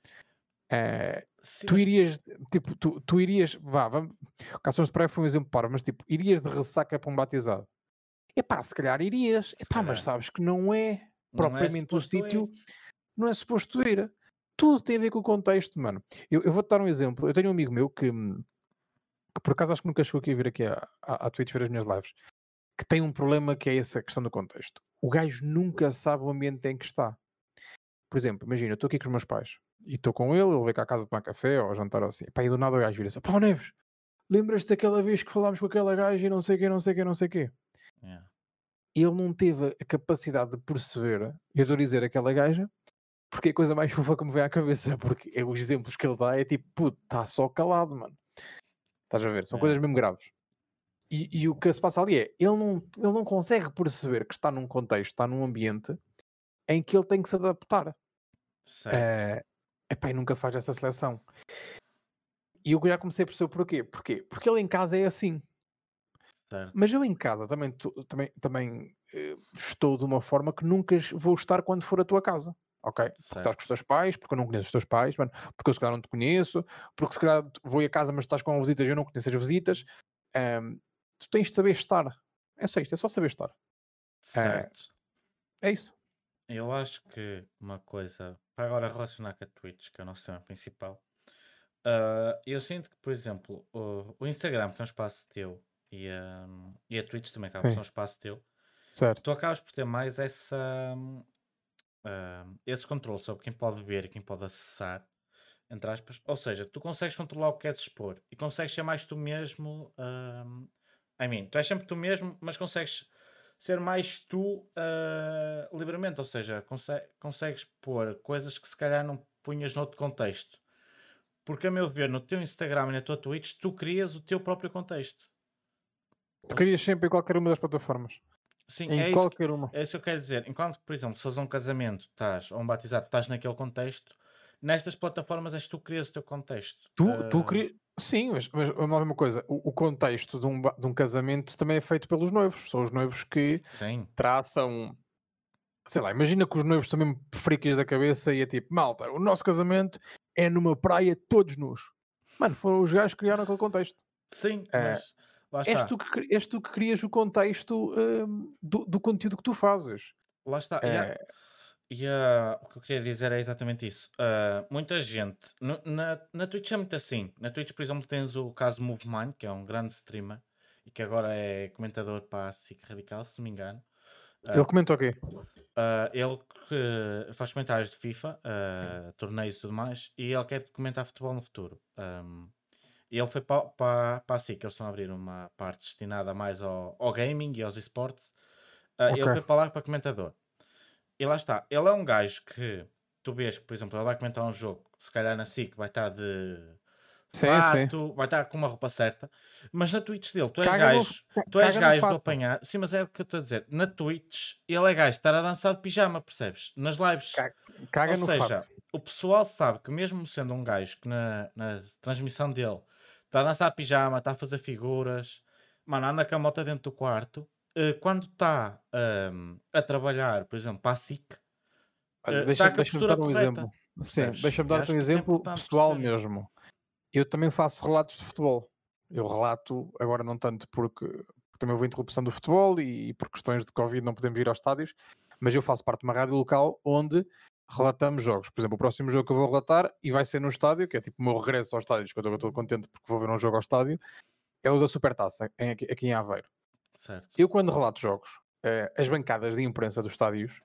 Eh, Sim, tu mas. irias, tipo, tu, tu irias, vá, vamos, calções de praia foi um exemplo para, mas tipo, irias de ressaca para um batizado? Epá, se calhar irias. Se Epá, mas calhar. sabes que não é Não é propriamente o suposto ir. sítio, não é suposto ir. Tudo tem a ver com o contexto, mano. Eu, eu vou-te dar um exemplo. Eu tenho um amigo meu que, hum, que por acaso acho que nunca chegou aqui a vir aqui à, à, à Twitch ver as minhas lives, que tem um problema que é essa questão do contexto. O gajo nunca sabe o ambiente em que está. Por exemplo, imagina, eu estou aqui com os meus pais e estou com ele, ele veio cá à casa tomar café ou jantar ou assim. Pá, e do nada o gajo vira-se: pá, Neves, lembras-te daquela vez que falámos com aquela gaja e não sei o quê, não sei o quê, não sei o quê? Yeah. Ele não teve a capacidade de perceber, eu estou a dizer aquela gaja, porque é a coisa mais fofa que me vem à cabeça, porque é, os exemplos que ele dá é tipo, puto, está só calado, mano. Estás a ver? São Yeah. coisas mesmo graves. E, e o que se passa ali é, ele não, ele não consegue perceber que está num contexto, está num ambiente em que ele tem que se adaptar. Certo. Eh, epá, e nunca faz essa seleção. E eu já comecei a perceber porquê. Porquê? Porque ele em casa é assim. Certo. Mas eu em casa também, tô- também, também eh, estou de uma forma que nunca es- vou estar quando for a tua casa. Ok? Porque estás Certo. com os teus pais, porque eu não conheço os teus pais, mano, porque eu se calhar não te conheço, porque se calhar tu- vou ir a casa, mas estás com visitas e eu não conheço as visitas. Ahm, tu tens de saber estar. É só isto, é só saber estar. Eh, Certo. é isso. Eu acho que uma coisa, para agora relacionar com a Twitch, que é o nosso tema principal, ah, eu sinto que, por exemplo, o, o Instagram, que é um espaço teu, e a, e a Twitch também acaba por ser um Sim, espaço teu, tu certo. acabas por ter mais essa, ah, esse controle sobre quem pode ver e quem pode acessar, entre aspas. Ou seja, tu consegues controlar o que queres expor e consegues ser mais tu mesmo. Um, I mean, tu és sempre tu mesmo, mas consegues ser mais tu ah, livremente. Ou seja, conse- consegues pôr coisas que se calhar não punhas noutro contexto. Porque, a meu ver, no teu Instagram e na tua Twitch, tu crias o teu próprio contexto. Tu Ou querias se- sempre em qualquer uma das plataformas. sim, Em é isso, que- qualquer uma. é isso que eu quero dizer. Enquanto, por exemplo, se fores a um casamento, estás, ou um batizado, estás naquele contexto, nestas plataformas és tu que crias o teu contexto. Tu, tu Ah, querias. Sim, mas, mas vamos lá ver uma coisa: o, o contexto de um, ba- de um casamento também é feito pelos noivos. São os noivos que sim. traçam. Sei lá, imagina que os noivos são mesmo fricas da cabeça e é tipo, malta, o nosso casamento é numa praia todos nus. Mano, foram os gajos que criaram aquele contexto. Sim, Eh, mas lá és, está. tu que, cri- és tu que crias o contexto hum, do, do conteúdo que tu fazes. Lá está. E, há- Eh, e há- o que eu queria dizer é exatamente isso. Ah, muita gente. no- na, na Twitch é muito assim. Na Twitch, por exemplo, tens o caso MoveMind, que é um grande streamer e que agora é comentador para a SIC Radical, se não me engano. ele Ah, comenta o quê? ah, ele que faz comentários de FIFA, ah, torneios e tudo mais, e ele quer comentar futebol no futuro. Ahm, e ele foi para, para, para a SIC, eles estão a abrir uma parte destinada mais ao, ao gaming e aos esportes. Ah, Ok. ele foi para lá para comentador. E lá está. Ele é um gajo que tu vês que, por exemplo, ele vai comentar um jogo, se calhar na SIC vai estar de Sim, sim. fato, vai estar com uma roupa certa, mas na Twitch dele, tu és Caga no, gajo, ca- tu és caga no gajo do fato. apanhar. Sim, mas é o que eu estou a dizer. Na Twitch, ele é gajo de estar a dançar de pijama, percebes? Nas lives. Caga, Ou caga no fato. seja, o pessoal sabe que mesmo sendo um gajo que na, na transmissão dele está a dançar de pijama, está a fazer figuras, mano, anda com a moto dentro do quarto, eh, quando está ahm, a trabalhar, por exemplo, para a SIC, Olha, eh, está deixa, com a deixa-me postura dar um correta, exemplo. Sim, percebes? deixa-me E dar-te acho um que isso é exemplo importante pessoal perceberem. mesmo. Eu também faço relatos de futebol. Eu relato, agora não tanto porque, porque também houve interrupção do futebol e, e por questões de Covid não podemos ir aos estádios, mas eu faço parte de uma rádio local onde relatamos jogos. Por exemplo, o próximo jogo que eu vou relatar, e vai ser no estádio, que é tipo o meu regresso ao estádio, que eu estou contente porque vou ver um jogo ao estádio, é o da Supertaça, em- aqui, aqui em Aveiro. Certo, Eu, quando relato jogos, eh, as bancadas de imprensa dos estádios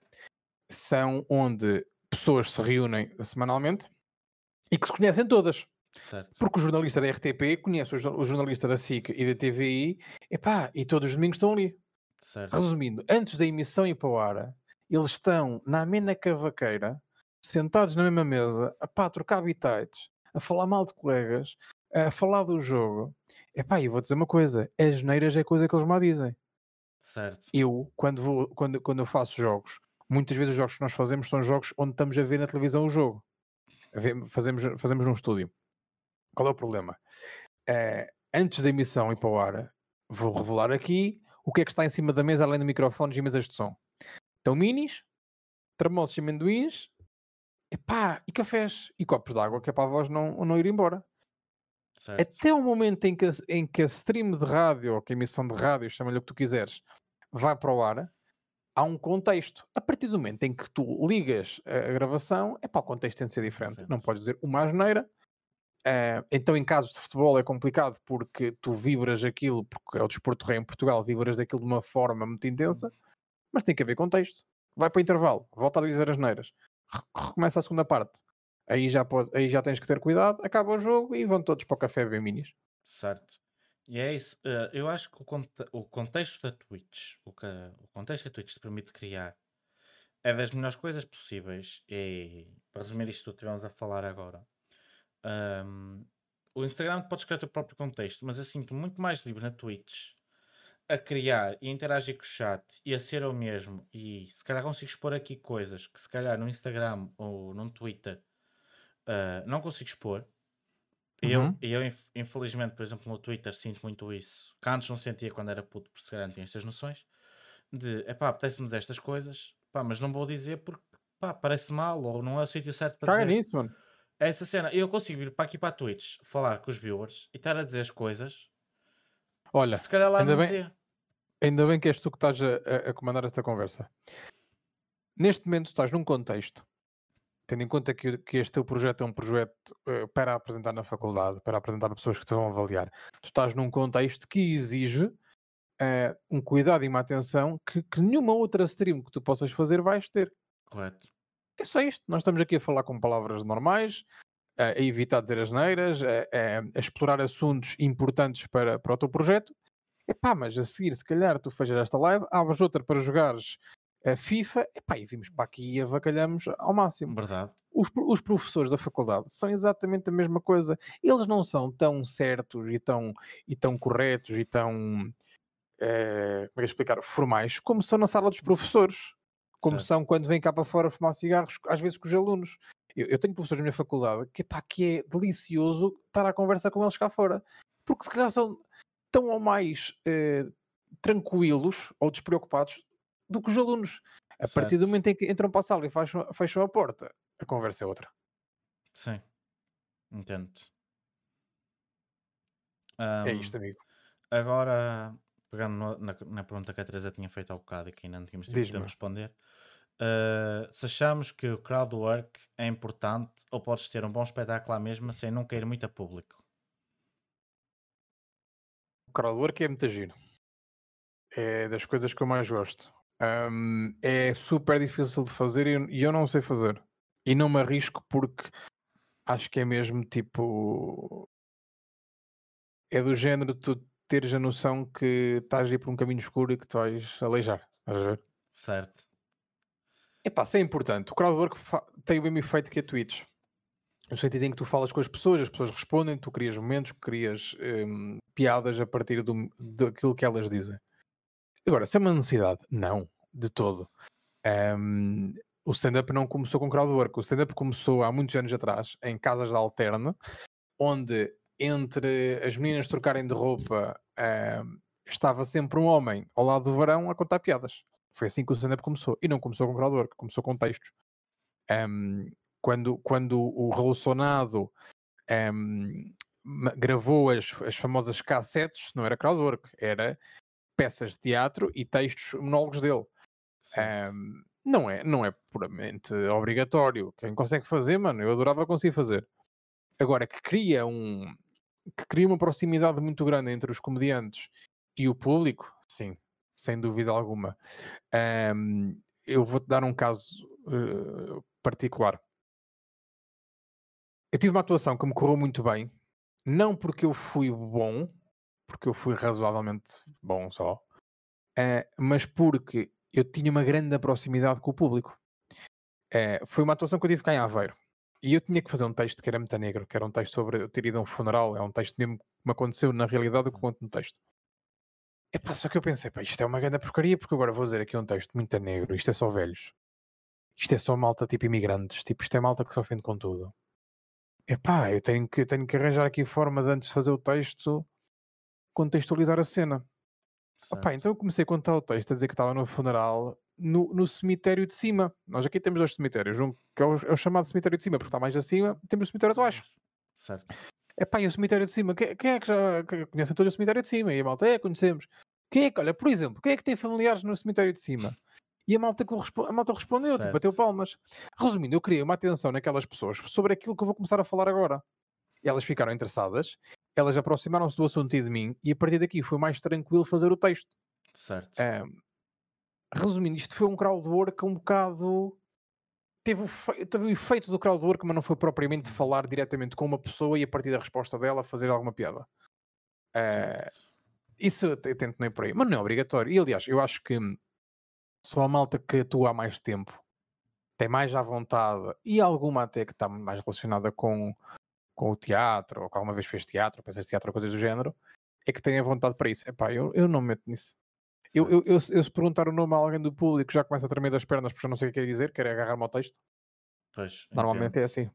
são onde pessoas se reúnem semanalmente e que se conhecem todas. certo, Porque o jornalista da R T P conhece o, jo- o jornalista da SIC e da T V I, epá, e todos os domingos estão ali. certo. Resumindo, antes da emissão ir para o ar, eles estão na amena cavaqueira, sentados na mesma mesa, a pá, a trocar bitites, a falar mal de colegas, a falar do jogo. Epá, e vou dizer uma coisa, as neiras é coisa que eles mais dizem. Certo. Eu, quando, vou, quando, quando eu faço jogos, muitas vezes os jogos que nós fazemos são jogos onde estamos a ver na televisão o jogo. A ver- fazemos, fazemos num estúdio. Qual é o problema? Eh, antes da emissão ir para o ar, vou revelar aqui o que é que está em cima da mesa, além de microfones e mesas de som. Então, minis, termossos e amendoins, epá, e cafés, e copos de água, que é para a voz não, não ir embora. Certo. Até o momento em que, a, em que a stream de rádio, ou que a emissão de rádio, chama-lhe o que tu quiseres, vai para o ar, há um contexto. A partir do momento em que tu ligas a, a gravação, é para o contexto tem de ser diferente. Não Diferente. podes dizer uma asneira. Uh, então, em casos de futebol, é complicado porque tu vibras aquilo, porque é o desporto rei em Portugal, vibras daquilo de uma forma muito intensa, mas tem que haver contexto. Vai para o intervalo, volta a dizer as neiras, Re- recomeça a segunda parte. Aí já, pode, aí já tens que ter cuidado, acaba o jogo e vão todos para o café beber minis. Certo. E é isso. eh, eu acho que o, conte- o contexto da Twitch, o, que, o contexto que a Twitch te permite criar, é das melhores coisas possíveis. E para resumir isto que estivemos a falar agora, ahm, o Instagram podes criar o teu próprio contexto, mas eu sinto muito mais livre na Twitch a criar e a interagir com o chat e a ser eu mesmo. E se calhar consigo expor aqui coisas que se calhar no Instagram ou no Twitter ah, não consigo expor. E eu, Uhum. e eu, inf- infelizmente, por exemplo, no Twitter sinto muito isso. Que antes não sentia quando era puto, porque se calhar não tinha estas noções. De, epá, apetece-me dizer estas coisas, pá, mas não vou dizer porque, pá, parece mal ou não é o sítio certo para Caga dizer. nisso, mano. É essa cena. Eu consigo vir para aqui para a Twitch, falar com os viewers e estar a dizer as coisas que Olha, se calhar lá ainda não bem, dizia. ainda bem que és tu que estás a, a- a comandar esta conversa. Neste momento estás num contexto, tendo em conta que, que este teu projeto é um projeto eh, para apresentar na faculdade, para apresentar a pessoas que te vão avaliar, tu estás num contexto que exige eh, um cuidado e uma atenção que, que nenhuma outra stream que tu possas fazer vais ter. Correto. É só isto. Nós estamos aqui a falar com palavras normais, eh, a evitar dizer asneiras, a, a, a explorar assuntos importantes para, para o teu projeto. Epá, mas a seguir, se calhar, tu fazes esta live, abres outra para jogares a FIFA, epá, e vimos para aqui e avacalhamos ao máximo. Verdade. Os, pro- os professores da faculdade são exatamente a mesma coisa. Eles não são tão certos e tão, e tão corretos e tão, eh, como é que eu explicar, formais, como são na sala dos professores. Como Certo. são quando vêm cá para fora fumar cigarros, às vezes com os alunos. Eu, eu tenho professores na minha faculdade que, pá, que é delicioso estar à conversa com eles cá fora. Porque se calhar são tão ou mais eh, tranquilos ou despreocupados do que os alunos. A partir do Certo. momento em que entram para a sala e fecham, fecham a porta, a conversa é outra. Sim. Entendo. É Ahm, isto, amigo. agora, pegando no- na, na pergunta que a Teresa tinha feito há bocado e que ainda não tínhamos tido tempo de Diz-me. responder, ah, se achamos que o crowdwork é importante ou podes ter um bom espetáculo à mesma sem nunca ir muito a público? O crowdwork é muito giro. É das coisas que eu mais gosto. Ahm, é super difícil de fazer e eu, e eu não sei fazer. E não me arrisco porque acho que é mesmo tipo. É do género de tu teres a noção que estás a ir por um caminho escuro e que te vais aleijar. Estás a ver? Certo. Epá, isso é importante. O crowdwork fa- tem o mesmo efeito que a Twitch. No sentido em que tu falas com as pessoas, as pessoas respondem, tu crias momentos, crias hum, piadas a partir do, daquilo que elas dizem. Agora, se é uma necessidade, não, de todo. Hum, o stand-up não começou com crowdwork. O stand-up começou há muitos anos atrás, em casas de alterna, onde entre as meninas trocarem de roupa hum, estava sempre um homem ao lado do varão a contar piadas. Foi assim que o stand-up começou. E não começou com crowdwork, começou com textos. Hum, quando, quando o relacionado hum, ma- gravou as, as famosas cassetes, não era crowdwork, era peças de teatro e textos, monólogos dele. Certo. Hum, não é, não é puramente obrigatório. Quem consegue fazer, mano, eu adorava conseguir fazer. Agora, que cria um que cria uma proximidade muito grande entre os comediantes e o público, sim, sem dúvida alguma. Hum, eu vou-te dar um caso eh, particular. Eu tive uma atuação que me correu muito bem, não porque eu fui bom, porque eu fui razoavelmente bom só, eh, mas porque eu tinha uma grande proximidade com o público. Eh, foi uma atuação que eu tive cá em Aveiro. E eu tinha que fazer um texto que era muito negro, que era um texto sobre eu ter ido a um funeral, é um texto mesmo que me aconteceu na realidade o que conto no texto. Epá, só que eu pensei, pá, isto é uma grande porcaria, porque agora vou dizer aqui um texto muito negro, isto é só velhos, isto é só malta tipo imigrantes, tipo, isto é malta que se ofende com tudo. Epá, eu tenho que, tenho que arranjar aqui forma de antes de fazer o texto, contextualizar a cena. Opá, Certo. então eu comecei a contar o texto a dizer que estava no funeral no, no cemitério de cima. Nós aqui temos dois cemitérios, um que é o, é o chamado cemitério de cima, porque está mais acima, e temos o cemitério de baixo. Certo. Epá, e o cemitério de cima, quem, quem é que já que conhece todo o cemitério de cima? E a malta, é, conhecemos. Quem é que, olha, por exemplo, quem é que tem familiares no cemitério de cima? E a malta, correspo- a malta respondeu, tipo, bateu Certo. palmas. Resumindo, eu queria uma atenção naquelas pessoas sobre aquilo que eu vou começar a falar agora. E elas ficaram interessadas, elas aproximaram-se do assunto e de mim, e a partir daqui foi mais tranquilo fazer o texto. Certo. Ahm, resumindo, isto foi um crowdwork um bocado. Teve o, fe- teve o efeito do crowdwork, mas não foi propriamente Uhum. falar diretamente com uma pessoa e a partir da resposta dela fazer alguma piada. Ah, Certo. isso eu te- eu tento nem por aí, mas não é obrigatório. E aliás, eu acho que só a malta que atua há mais tempo tem mais à vontade e alguma até que está mais relacionada com, com o teatro, ou que alguma vez fez teatro, ou pensas teatro ou coisas do género, é que tem a vontade para isso. Epá, eu, eu não me meto nisso. Eu, eu, Certo. eu, se eu se perguntar o nome a alguém do público já começa a tremer das pernas porque eu não sei o que quer dizer, quer é agarrar-me ao texto. Pois, entendo. Normalmente é assim.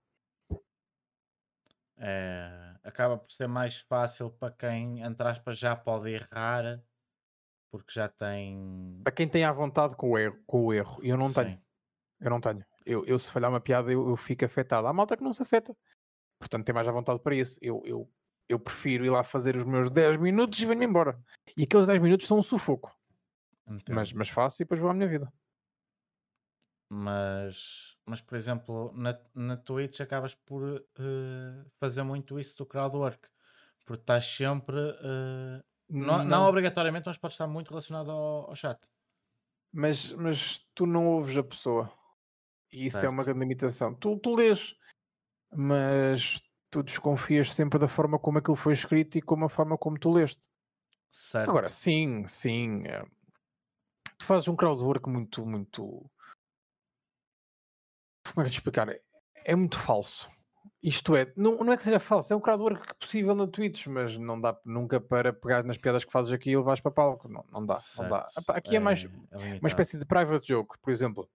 É, acaba por ser mais fácil para quem, entre aspas, já pode errar, porque já tem. Para quem tem à vontade com o erro, com o erro, e eu não tenho. Sim. Eu não tenho. Eu, eu se falhar uma piada, eu, eu fico afetado. Há malta que não se afeta. Portanto, tem mais à vontade para isso. Eu, eu, eu prefiro ir lá fazer os meus dez minutos e venho-me embora. E aqueles dez minutos são um sufoco. Mas, Entendo. mas faço e depois vou à minha vida. Mas, mas por exemplo, na, na Twitch acabas por eh, fazer muito isso do crowdwork, porque estás sempre, eh, não, não Não. obrigatoriamente, mas podes estar muito relacionado ao, ao chat. Mas, mas tu não ouves a pessoa. E isso é uma Certo. grande limitação. Tu, tu lês, mas tu desconfias sempre da forma como aquilo foi escrito e como a forma como tu leste. Agora, Certo. sim, sim. é, Tu fazes um crowdwork muito, muito. Como é que te explicar? É, é muito falso. Isto é, não, não é que seja falso, é um crowdwork possível na Twitch, mas não dá nunca para pegar nas piadas que fazes aqui e levares para palco. Não, não dá, não dá. Certo. Epá, aqui é mais É, é uma limitado. espécie de private joke, por exemplo.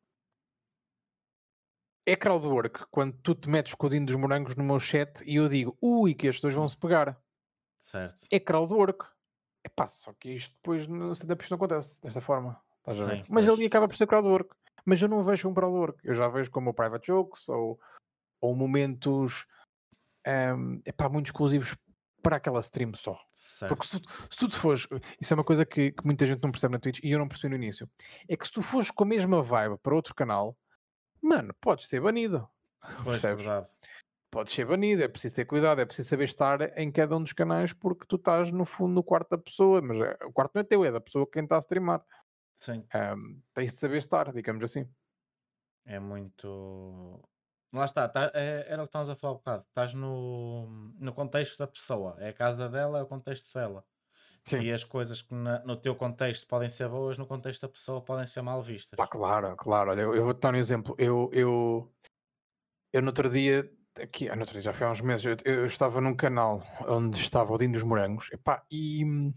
É crowdwork quando tu te metes com o Dino dos Morangos no meu chat e eu digo, ui, que estes dois vão Hum, se pegar. Certo. É crowdwork. Epá, só que isto depois no stand-up isto não acontece desta forma. Estás a ver? Sim, Mas ali pois. acaba por ser crowdwork. Mas eu não vejo como crowdwork. Eu já vejo como private jokes ou, ou momentos hum, epá, muito exclusivos para aquela stream só. Porque Certo. se tu, se tu te fores, isso é uma coisa que, que muita gente não percebe na Twitch e eu não percebi no início, é que se tu fores com a mesma vibe para outro canal, mano, podes ser banido. Pois, Percebes? verdade. Podes ser banido, é preciso ter cuidado, é preciso saber estar em cada um dos canais porque tu estás no fundo no quarto da pessoa, mas é- o quarto não é teu, é da pessoa que quem está a streamar. Sim. Hum, tens de saber estar, digamos assim. É muito. Lá está, tá- é- era o que estávamos a falar um bocado. Estás no, no contexto da pessoa. É a casa dela, é o contexto dela. Sim. E as coisas que na- no teu contexto podem ser boas, no contexto da pessoa podem ser mal vistas. Pá, claro, claro. Olha, eu, eu vou-te dar um exemplo. Eu, eu, eu no outro dia, aqui, ah, no outro dia, já foi há uns meses, eu, eu estava num canal onde estava o Dino dos Morangos, epá, e hum,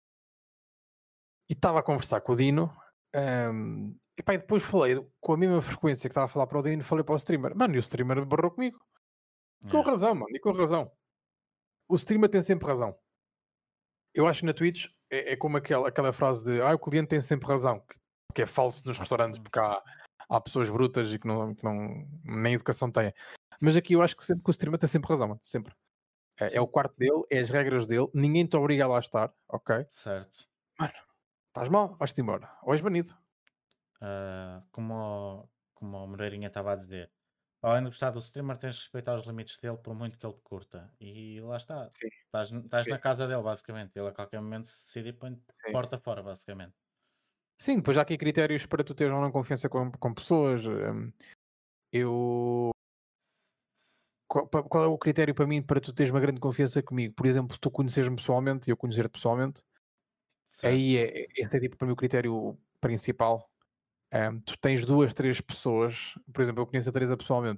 e estava a conversar com o Dino, hum, epá, e depois falei com a mesma frequência que estava a falar para o Dino, falei para o streamer. Mano, e o streamer barrou comigo. Com É, razão, mano, e com razão. O streamer tem sempre razão. Eu acho que na Twitch é, é como aquela, aquela frase de ah, o cliente tem sempre razão, que, que é falso nos restaurantes, porque há, há pessoas brutas e que, não, que não, nem educação têm. Mas aqui eu acho que sempre que o streamer tem sempre razão, mano, sempre. É, é o sim, quarto dele, é as regras dele, ninguém te obriga a lá estar, ok? certo. Mano, estás mal, vais-te embora. Ou és banido. Ah, como, o- como o Moreirinha estava a dizer, além de gostar do streamer, tens de respeitar os limites dele, por muito que ele te curta. E lá está. Sim, Estás, estás sim, na casa dele, basicamente. Ele a qualquer momento se decide põe sim. porta fora, basicamente. Sim, depois há aqui critérios para tu teres ou não confiança com, com pessoas. hum, eu. Qual, pa- qual é o critério para mim para tu teres uma grande confiança comigo? Por exemplo, tu conheceres-me pessoalmente e eu conhecer-te pessoalmente. Certo. Aí é, é- esse é tipo para mim o critério principal. Hum, tu tens duas, três pessoas, por exemplo, eu conheço a Teresa pessoalmente.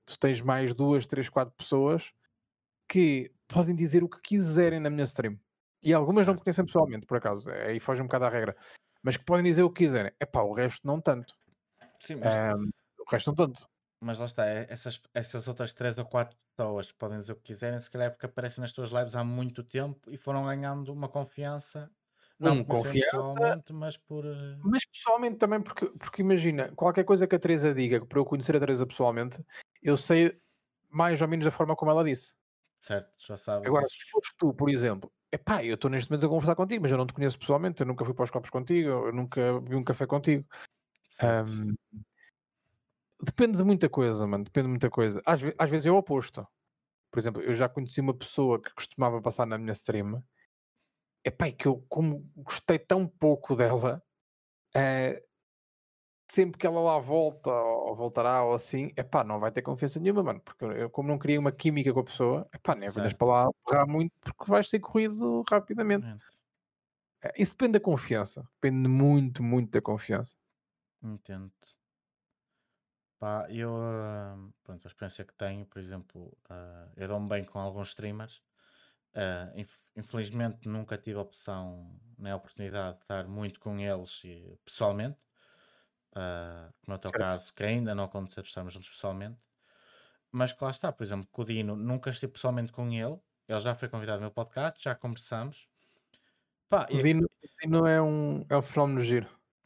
tu tens mais duas, três, quatro pessoas que podem dizer o que quiserem na minha stream. E algumas não me Certo. conhecem pessoalmente, por acaso, aí foge um bocado à regra. Mas que podem dizer o que quiserem. Epá, o resto não tanto. Sim, mas, Ahm, o resto não tanto. mas lá está, é- essas, essas outras três ou quatro pessoas que podem dizer o que quiserem, se calhar é porque aparecem nas tuas lives há muito tempo e foram ganhando uma confiança, não Um, por conhecerem confiança, pessoalmente, mas por. eh, mas pessoalmente também, porque, porque imagina, qualquer coisa que a Teresa diga, que para eu conhecer a Teresa pessoalmente, eu sei mais ou menos a forma como ela disse. Certo, já Agora, sabes. se fores tu, por exemplo, epá, eu estou neste momento a conversar contigo, mas eu não te conheço pessoalmente, eu nunca fui para os copos contigo, eu nunca vi um café contigo. Certo. Ahm, depende de muita coisa, mano, depende de muita coisa. Às, ve- às vezes é o oposto. Por exemplo, eu já conheci uma pessoa que costumava passar na minha stream, epá, e que eu, como gostei tão pouco dela, eh, sempre que ela lá volta ou voltará ou assim, epá, não vai ter confiança nenhuma, mano, porque eu, como não criei uma química com a pessoa, epá, nem venhas para Certo. lá berrar muito porque vais ser corrido rapidamente. Exatamente. Eh, Isso depende da confiança, depende muito, muito da confiança. Entendo. Pá, eu, ah, pronto, a experiência que tenho, por exemplo, ah, eu dou-me bem com alguns streamers. Ah, inf- infelizmente nunca tive a opção nem a oportunidade de estar muito com eles e- pessoalmente, ah, como é o teu Certo? caso, que ainda não aconteceu de estarmos juntos pessoalmente. Mas que lá está, por exemplo, com o Dino, nunca estive pessoalmente com ele. Ele já foi convidado ao meu podcast, já conversamos. Pá, O e, Dino, o Dino é um, é um fenómeno giro.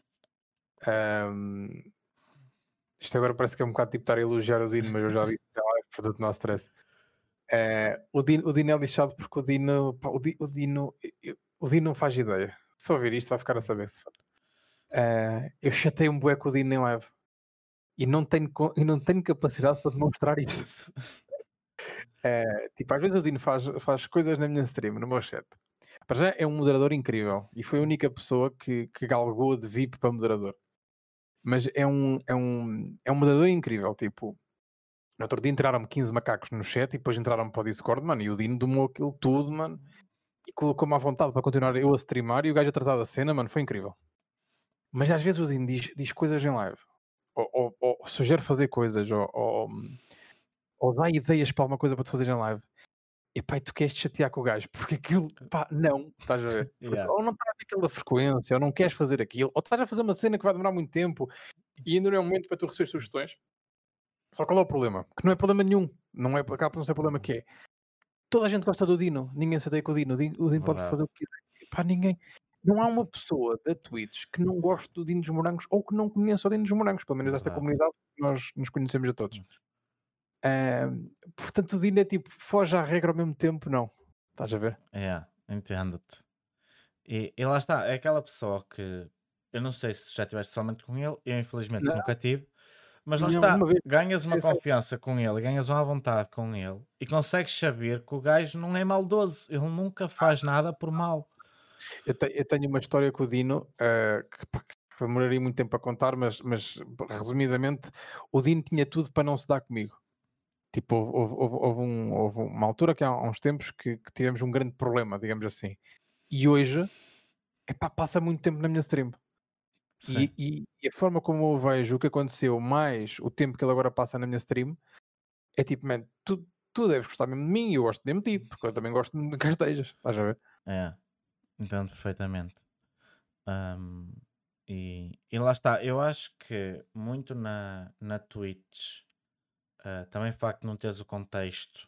Ahm, isto agora parece que é um bocado tipo estar a elogiar o Dino, mas eu já vi que é live, portanto não há stress. Eh, o, Dino, o Dino é lixado porque o Dino, pá, o, Di- o Dino, eu- o Dino não faz ideia. Se ouvir isto vai ficar a saber se for. Eh, eu chatei um bué com o Dino em live e não tenho, co- e não tenho capacidade para demonstrar isso. Eh, tipo, às vezes o Dino faz, faz coisas na minha stream, no meu chat. Para já é um moderador incrível e foi a única pessoa que, que galgou de V I P para moderador. Mas é um, é um, é um moderador incrível. Tipo, no outro dia entraram-me quinze macacos no chat e depois entraram-me para o Discord, mano, e o Dino domou aquilo tudo, mano, e colocou-me à vontade para continuar eu a streamar e o gajo a tratar da cena, mano, foi incrível. Mas às vezes o Dino diz, diz coisas em live, ou, ou, ou sugere fazer coisas, ou, ou, ou dá ideias para alguma coisa para tu fazer em live. E pá, e tu queres te chatear com o gajo, porque aquilo, pá, não, estás a ver? Porque yeah, ou não estás naquela frequência, ou não queres fazer aquilo, ou estás a fazer uma cena que vai demorar muito tempo e ainda não é um momento para tu receber sugestões. Só qual é o problema? Que não é problema nenhum, não é, acaba por não ser problema que é. Toda a gente gosta do Dino, ninguém se chateia com o Dino, o Dino, o Dino pode verdade. fazer o que quiser. Pá, ninguém. Não há uma pessoa da Twitch que não goste do Dino dos Morangos ou que não conheça o Dino dos Morangos, pelo menos esta Verdade. comunidade nós nos conhecemos a todos. Ahm, portanto, o Dino é tipo, foge à regra ao mesmo tempo, não. Estás a ver? Yeah, entendo-te. E, e lá está, é aquela pessoa que eu não sei se já estiveste somente com ele, eu infelizmente Não, nunca tive, mas lá não, uma está, vez. ganhas uma É sério. confiança com ele, ganhas uma vontade com ele e consegues saber que o gajo não é maldoso, ele nunca faz nada por mal. Eu, te- eu tenho uma história com o Dino ah, que, pá, que demoraria muito tempo a contar, mas, mas resumidamente, o Dino tinha tudo para não se dar comigo. Tipo, houve, houve- houve- houve um- houve uma altura que há uns tempos que, que tivemos um grande problema, digamos assim. E hoje, epá, passa muito tempo na minha stream. Sim, E, e- e a forma como eu vejo o que aconteceu, mais o tempo que ele agora passa na minha stream, é tipo, man, tu, tu deves gostar mesmo de mim e eu gosto mesmo de ti, porque eu também gosto de que estejas, estás a ver? é, entendo perfeitamente. Ahm, e, e lá está, eu acho que muito na, na Twitch, ah, também o facto de não teres o contexto.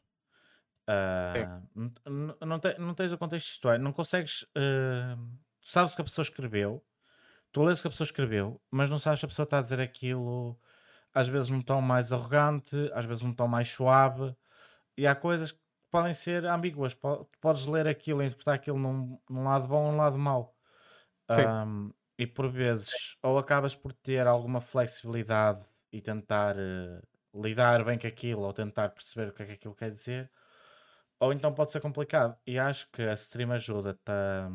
Sim, Ah, n- n- não, te- não tens o contexto, isto é, não consegues. ah, tu sabes o que a pessoa escreveu, tu lês o que a pessoa escreveu, mas não sabes se a pessoa está a dizer aquilo, às vezes num tom mais arrogante, às vezes num tom mais suave, e há coisas que podem ser ambíguas. po- tu Podes ler aquilo e interpretar aquilo num, num lado bom ou num lado mau. sim, Ahm, e por vezes, ou acabas por ter alguma flexibilidade e tentar eh, lidar bem com aquilo, ou tentar perceber o que é que aquilo quer dizer ou então pode ser complicado. E acho que a stream ajuda-te a,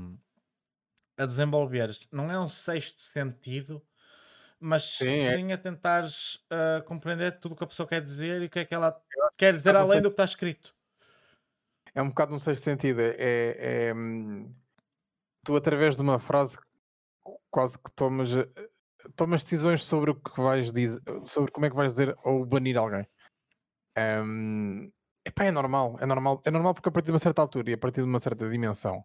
a desenvolver, não é um sexto sentido, sim, mas é, sim a tentares ah, compreender tudo o que a pessoa quer dizer e o que é que ela quer um dizer bocado um além do sexto- que está escrito. é um bocado um sexto sentido. É, é- é, hum, tu, através de uma frase, quase que tomas, eh, tomas decisões sobre o que vais dizer, sobre como é que vais dizer ou banir alguém. Hum, epá, é normal, é normal, é normal porque a partir de uma certa altura e a partir de uma certa dimensão,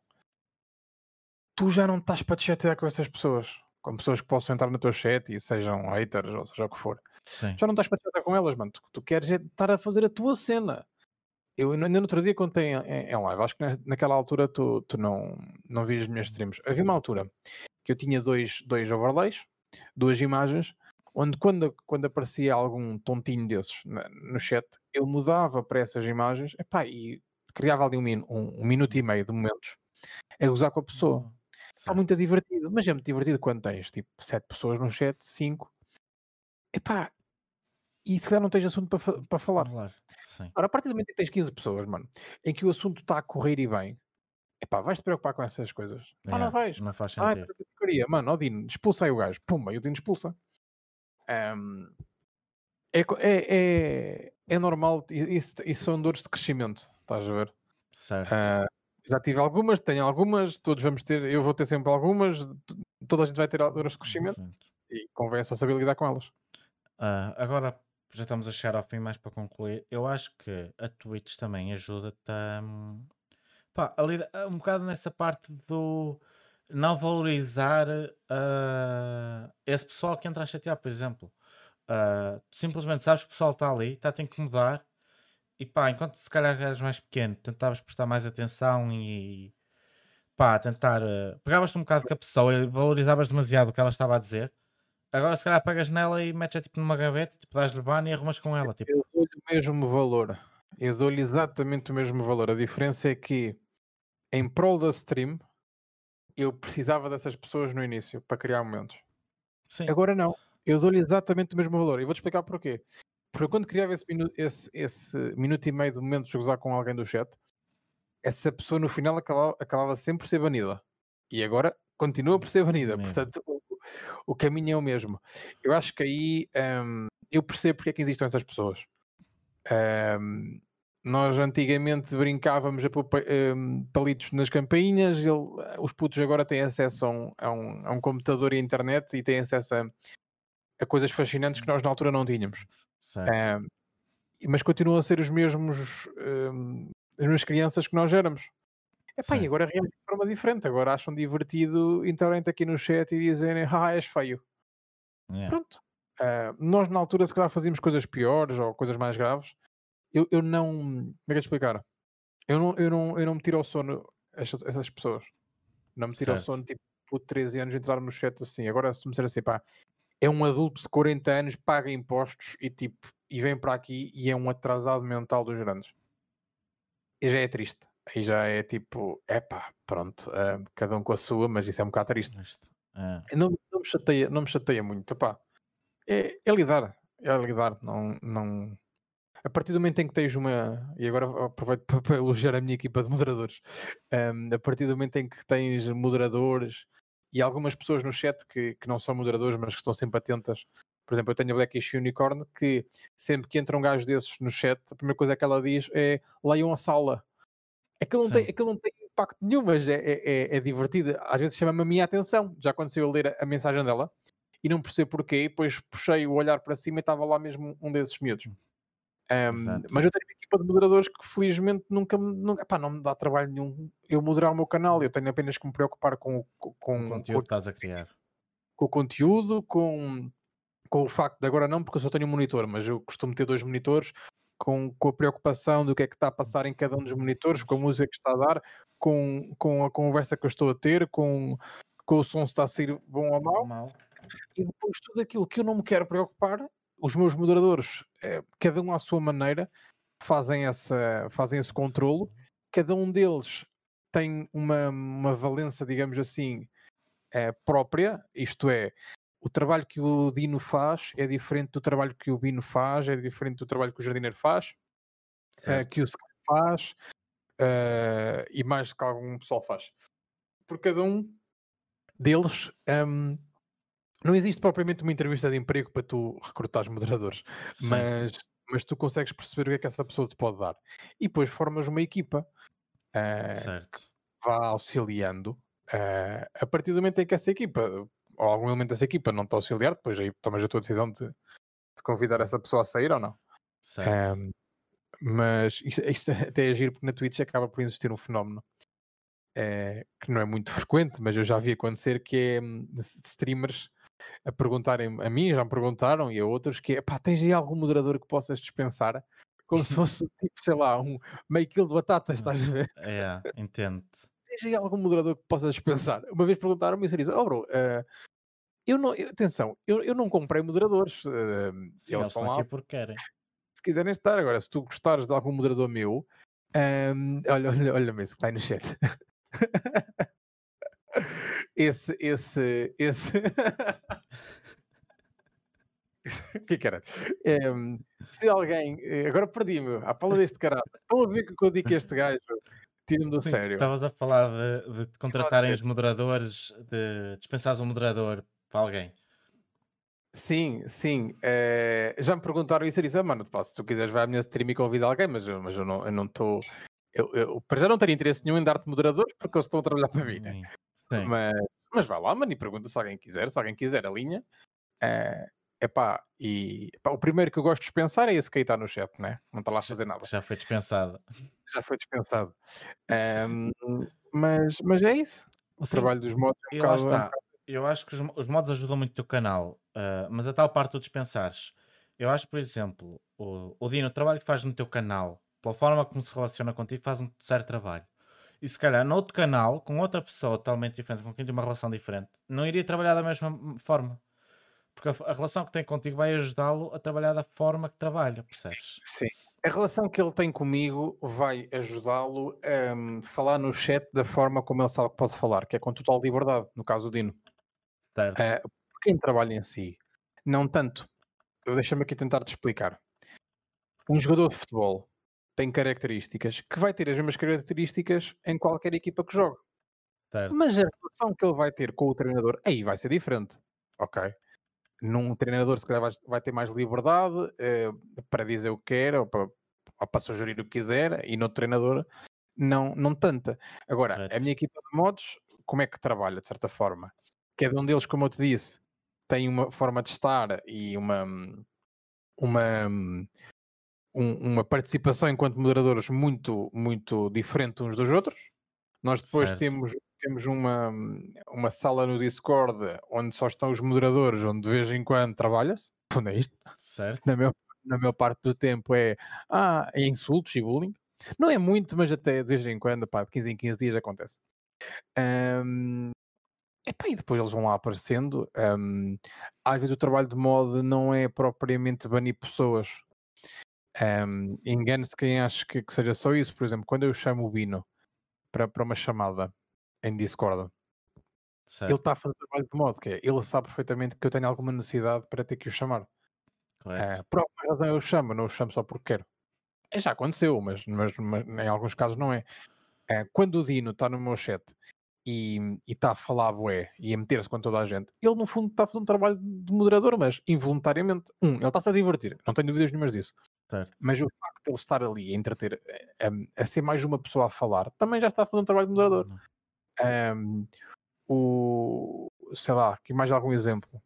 tu já não estás para te chatear com essas pessoas, com pessoas que possam entrar no teu chat e sejam haters ou seja o que for. Sim. Já não estás para te chatear com elas, mano. Tu, tu queres é estar a fazer a tua cena. Eu ainda no outro dia contei em, em, em live, acho que na- naquela altura tu, tu não, não vias as minhas streams. Havia uma altura que eu tinha dois, dois overlays, duas imagens, onde quando, quando aparecia algum tontinho desses na- no chat, eu mudava para essas imagens epá, e criava ali um, min- um- um minuto e meio de momentos a gozar com a pessoa. Oh, Está certo. muito divertido, mas é muito divertido quando tens tipo sete pessoas no chat, cinco, epá, e se calhar não tens assunto para, fa- para falar. Claro. Sim. Ora, a partir do momento em que tens quinze pessoas, mano, em que o assunto está a correr e bem, epá, vais-te preocupar com essas coisas? Pá, não Yeah, vais. não faz Ai, sentido. tanta porcaria. Mano, ó Dino, expulsa aí o gajo. Pumba, e o Dino expulsa. Ahm, é, co- é, é, é normal, i- isso, isso são dores de crescimento, estás a ver? Certo. Ah, já tive algumas, tenho algumas, todos vamos ter, eu vou ter sempre algumas, t- toda a gente vai ter dores de crescimento Pronto. e convém só saber lidar com elas. Ah, agora já estamos a chegar ao fim, mais para concluir. Eu acho que a Twitch também ajuda-te a, hum, pá, a lida- a um bocado nessa parte do não valorizar ah, esse pessoal que entra a chatear, por exemplo. Ah, tu simplesmente sabes que o pessoal está ali, está a te incomodar, e pá, enquanto se calhar eras mais pequeno, tentavas prestar mais atenção e pá, tentar. ah, pegavas-te um bocado com a pessoa e valorizavas demasiado o que ela estava a dizer. Agora se calhar pegas nela e metes-a tipo numa gaveta, tipo dás-lhe ban e arrumas com ela, tipo. Eu dou-lhe o mesmo valor, eu dou-lhe exatamente o mesmo valor. A diferença é que, em prol da stream, eu precisava dessas pessoas no início para criar momentos. Sim, Agora não, eu dou-lhe exatamente o mesmo valor e vou-te explicar porquê. Porque quando criava esse, minu esse, esse minuto e meio de momentos de gozar com alguém do chat, essa pessoa no final acabava, acabava sempre por ser banida. E agora continua por ser banida. medo. Portanto, o, o caminho é o mesmo. Eu acho que aí hum, eu percebo porque é que existem essas pessoas. Hum, nós antigamente brincávamos a pôr pa- hum, palitos nas campainhas, ele- os putos agora têm acesso a um, a um- a um computador e a internet e têm acesso a, a coisas fascinantes que nós na altura não tínhamos. Certo. Hum, mas continuam a ser os mesmos, hum, as mesmas crianças que nós éramos. Epá, e Sim. agora reagem de forma diferente. Agora acham divertido entrarem aqui no chat e dizerem, ah, és feio. Yeah. Pronto. Ah, nós na altura se calhar fazíamos coisas piores ou coisas mais graves. Eu, eu não. Como é que é de explicar? Eu não, eu, não, eu não me tiro ao sono essas, essas pessoas. Não me tiro ao Certo. sono, tipo, por treze anos entrar no chat assim. Agora, se tu me disser assim, pá, é um adulto de quarenta anos, paga impostos e tipo, e vem para aqui e é um atrasado mental dos grandes. E já é triste. Aí já é tipo, epá, pronto, ah, cada um com a sua, mas isso é um bocado triste. Isto. É. Não, não me chateia, não me chateia muito, epá. É, é lidar, é lidar, não, não, a partir do momento em que tens uma, e agora aproveito para, para elogiar a minha equipa de moderadores, Ahm, a partir do momento em que tens moderadores e algumas pessoas no chat que, que não são moderadores, mas que estão sempre atentas. Por exemplo, eu tenho a Blackish Unicorn que sempre que entra um gajo desses no chat, a primeira coisa que ela diz é leiam a sala. Aquilo não tem, Sim. aquilo não tem impacto nenhum, mas é, é, é- é divertido. Às vezes chama-me a minha atenção. Já aconteceu eu ler a, a mensagem dela e não percebo porquê, e depois puxei o olhar para cima e estava lá mesmo um desses miúdos. Um, Exato. mas eu tenho uma equipa de moderadores que felizmente nunca me, nunca, epá, não me dá trabalho nenhum eu moderar o meu canal, eu tenho apenas que me preocupar com, o- com, Com o com, com, conteúdo que estás a criar. com o conteúdo, com, com o facto de agora não, porque eu só tenho um monitor, mas eu costumo ter dois monitores, com, com a preocupação do que é que está a passar em cada um dos monitores, com a música que está a dar, com, com a conversa que eu estou a ter, com, com o som se está a sair bom ou mau, Mal. e depois tudo aquilo que eu não me quero preocupar, os meus moderadores, eh, cada um à sua maneira, fazem, essa, fazem esse controlo, cada um deles tem uma, uma valência, digamos assim, eh, própria, isto é, o trabalho que o Dino faz é diferente do trabalho que o Bino faz, é diferente do trabalho que o jardineiro faz, eh, Certo. que o Sky faz, eh, e mais que algum pessoal faz. Por cada um deles, hum, não existe propriamente uma entrevista de emprego para tu recrutares moderadores, Sim. mas, mas tu consegues perceber o que é que essa pessoa te pode dar. E depois formas uma equipa eh, Certo. que vá auxiliando eh, a partir do momento em que essa equipa, ou algum elemento dessa equipa não te auxiliar, depois aí tomas a tua decisão de, de convidar essa pessoa a sair ou não. Certo. Ehm, mas isto, isto até é giro porque na Twitch acaba por existir um fenómeno eh, que não é muito frequente, mas eu já vi acontecer que é hum, de s- de streamers a perguntarem a mim, já me perguntaram e a outros que é pá, tens aí algum moderador que possas dispensar? Como se fosse tipo, sei lá, um meio quilo de batatas, estás a ver? É, entendo. Tens aí algum moderador que possas dispensar? Uma vez perguntaram-me e eu disse, oh bro, eh, eu não, eu- atenção, eu, eu não comprei moderadores, eh, Sim, eles eles estão estão lá aqui porque querem. se quiserem estar. Agora, se tu gostares de algum moderador meu, ehm, olha, olha, olha-me esse que está aí no chat. Esse, esse, esse. O que é que era? Ehm, se alguém. eh, Agora perdi-me, à pala deste caralho. Estão a ver que eu digo que este gajo tira-me do Sim, sério. estavas a falar de, de O que estava a contratarem dizer? os moderadores, de dispensares um moderador para alguém. Sim, sim. eh, já me perguntaram isso e eu disse: ah, mano, pá, se tu quiseres vai à minha stream e convida alguém, mas, eu- mas eu não eu não estou. Eu, eu, para já não tenho interesse nenhum em dar-te moderadores porque eles estão a trabalhar para mim, né? Sim. Sim, Mas, mas vai lá, mano, e pergunta se alguém quiser. Se alguém quiser a linha, é epá, e epá, o primeiro que eu gosto de dispensar é esse que aí está no chat, né? Não está lá a já- fazer que nada. já foi dispensada. Já foi dispensado. Ahm, mas, mas é isso. O Sim, trabalho dos mods é um e lá bocado, é um está. bocado esse. Eu acho que os, mo- os mods ajudam muito o teu canal, ah, mas a tal parte tu dispensares. Eu acho, por exemplo, o, o Dino, o trabalho que faz no teu canal, pela forma como se relaciona contigo, faz um certo trabalho. E se calhar, noutro canal, com outra pessoa totalmente diferente, com quem tem uma relação diferente, não iria trabalhar da mesma m- forma. Porque a, f- a relação que tem contigo vai ajudá-lo a trabalhar da forma que trabalha, percebes? Sim. A relação que ele tem comigo vai ajudá-lo a hum, falar no chat da forma como ele sabe que pode falar, que é com total liberdade, no caso do Dino. Certo, Ah, quem trabalha em si, não tanto. Eu Deixa-me aqui tentar te explicar. Um jogador de futebol tem características que vai ter as mesmas características em qualquer equipa que jogue. certo. Mas a relação que ele vai ter com o treinador, aí vai ser diferente. Ok? Num treinador, se calhar, vai, vai ter mais liberdade eh, para dizer o que quer ou para, ou para sugerir o que quiser, e no treinador, não, não tanta. Agora, a Correto. minha equipa de modos, como é que trabalha, de certa forma? Cada um deles, como eu te disse, tem uma forma de estar e uma, uma, um- uma participação enquanto moderadores muito, muito diferente uns dos outros. Nós depois Certo, temos, temos uma, uma sala no Discord onde só estão os moderadores, onde de vez em quando trabalha-se. Fundo é isto. certo. Na maior, na maior parte do tempo é, ah, é insultos e bullying. Não é muito, mas até de vez em quando, pá, de quinze em quinze dias acontece. Ahm, epá, e depois eles vão lá aparecendo. Ahm, às vezes o trabalho de mod não é propriamente banir pessoas. Um, engane-se quem acha que, que seja só isso. Por exemplo, quando eu chamo o Bino para, para uma chamada em Discord, ele Certo, está a fazer o trabalho de modo que é, ele sabe perfeitamente que eu tenho alguma necessidade para ter que o chamar. correto. Ah, por alguma razão eu chamo, não o chamo só porque quero. É, já aconteceu, mas, mas, mas em alguns casos não é. Ah, quando o Dino está no meu chat e e está a falar bué e a meter-se com toda a gente, ele no fundo está a fazer um trabalho de moderador, mas involuntariamente. Um, ele está-se a divertir, não tenho dúvidas nenhumas disso. Certo. Mas o facto de ele estar ali a entreter, a, a- a ser mais uma pessoa a falar, também já está a fazer um trabalho de moderador. Não. Ahm, o, sei lá, aqui mais algum exemplo.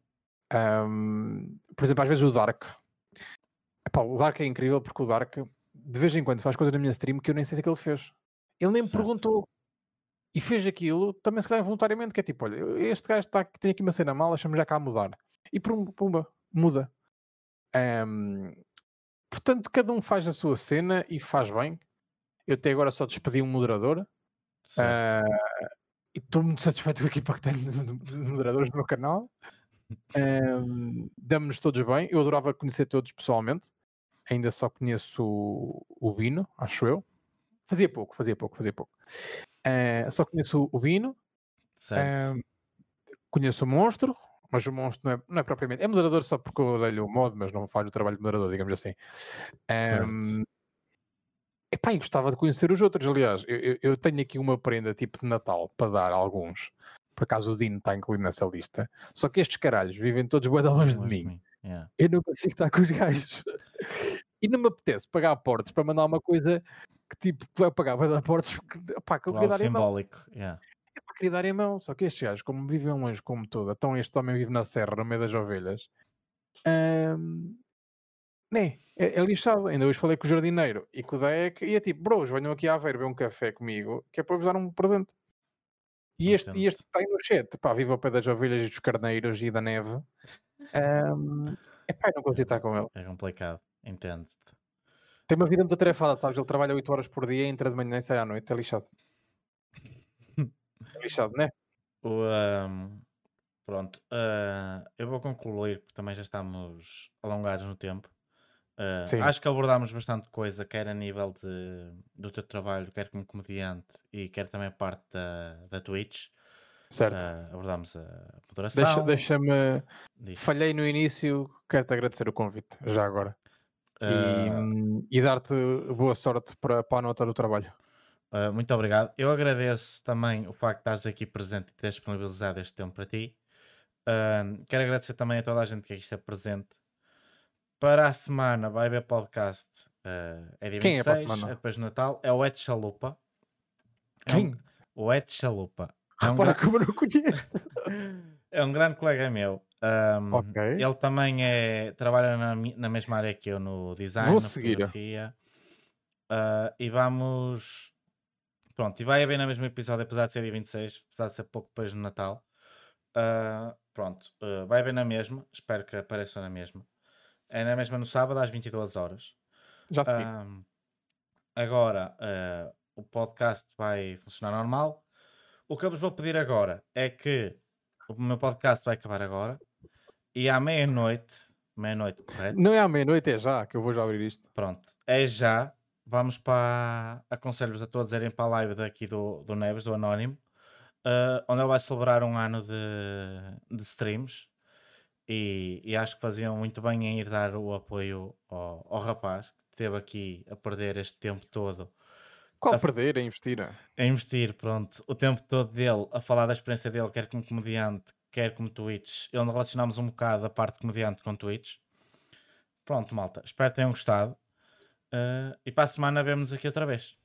Ahm, por exemplo, às vezes o Dark. Epá, o Dark é incrível porque o Dark de vez em quando faz coisas na minha stream que eu nem sei se é que ele fez. Ele nem me Certo. perguntou e fez aquilo também se calhar voluntariamente, que é tipo, olha, este gajo está, tem aqui uma cena mal, deixa-me já cá mudar. E pum- pumba, muda. Ahm, portanto, cada um faz a sua cena e faz bem. Eu até agora só despedi um moderador. Certo. ah, e estou muito satisfeito com a equipa que tenho de, de moderadores no meu canal. Ahm, Damos-nos todos bem. Eu adorava conhecer todos pessoalmente. Ainda só conheço o, o Vino, acho eu. Fazia pouco, fazia pouco, fazia pouco. Ah, só conheço o, o Vino. Certo. ahm, Conheço o Monstro. Mas o Monstro não é, não é propriamente. É moderador só porque eu dei-lhe o mod, mas não faz o trabalho de moderador, digamos assim. Certo. Ahm, Epá, e gostava de conhecer os outros. Aliás, eu, eu- eu tenho aqui uma prenda tipo de Natal para dar a alguns. Por acaso o Dino está incluído nessa lista. Só que estes caralhos vivem todos bué de longe de Longe de mim. mim. Yeah. Eu não consigo estar com os gajos. E não me apetece pagar portos para mandar uma coisa que tipo que vai pagar bué de portos que, opá, que eu Por queria algo dar em mão. simbólico. Yeah. É para querer dar em mão. Só que estes gajos, como vivem longe como toda, então este homem vive na serra, no meio das ovelhas. hum, Né, é, é lixado. Ainda hoje falei com o jardineiro e com o Deck e é tipo, bros, venham aqui à Aveiro beber um café comigo, que é para vos dar um presente. E este, e Entendo-te. este tem no chat, pá, viva ao pé das ovelhas e dos carneiros e da neve. Ahm, epá, eu não consigo estar com ele. É, é complicado, entendo-te. Tem uma vida muito atarefada, sabes? Ele trabalha oito horas por dia, entra de manhã e sai à noite. É lixado. É lixado, né? O, ahm, pronto, ah, eu vou concluir, porque também já estamos alongados no tempo. Ah, Sim, acho que abordámos bastante coisa, quer a nível de, do teu trabalho, quer como comediante e quer também parte da, da Twitch. certo. Ah, abordámos a Deixa, moderação, deixa-me. diz. Falhei no início, quero-te agradecer o convite, já agora. E, Ah, hum, e dar-te boa sorte para, para a nota do trabalho. ah, muito obrigado. Eu agradeço também o facto de estares aqui presente e teres disponibilizado este tempo para ti. Ah, quero agradecer também a toda a gente que aqui está presente. Para a semana vai haver podcast. ah, é dia vinte Quem e é para a seis é semana? depois do Natal. É o Ed Chalupa. É um, Quem? o Ed Chalupa. É um, Repara gra- como eu não conheço. é um grande colega meu. Ahm, Ok. ele também é, trabalha na, mi- na mesma área que eu, no design, Vou na seguir. fotografia. Ah, e vamos. Pronto, e vai haver no mesmo episódio, apesar de ser dia vinte e seis, apesar de ser pouco depois do Natal. Ah, pronto, ah, vai haver na mesma. Espero que apareça na mesma. É na mesma no sábado, às vinte e duas horas. Já segui. Ahm, agora, ah, o podcast vai funcionar normal. O que eu vos vou pedir agora é que o meu podcast vai acabar agora e à meia-noite, meia-noite, correto? Não é à meia-noite, é já, que eu vou já abrir isto. Pronto, é já. Vamos para. Aconselho-vos a todos a irem para a live daqui do, do Neves, do Anónimo, ah, onde ele vai celebrar um ano de, de streams. E, e acho que faziam muito bem em ir dar o apoio ao, ao rapaz que esteve aqui a perder este tempo todo Qual a, perder é investir? a investir, pronto, o tempo todo dele a falar da experiência dele, quer como comediante, quer como Twitch. Onde relacionámos um bocado a parte comediante com Twitch. Pronto, malta, espero que tenham gostado. ah, e para a semana vemos aqui outra vez.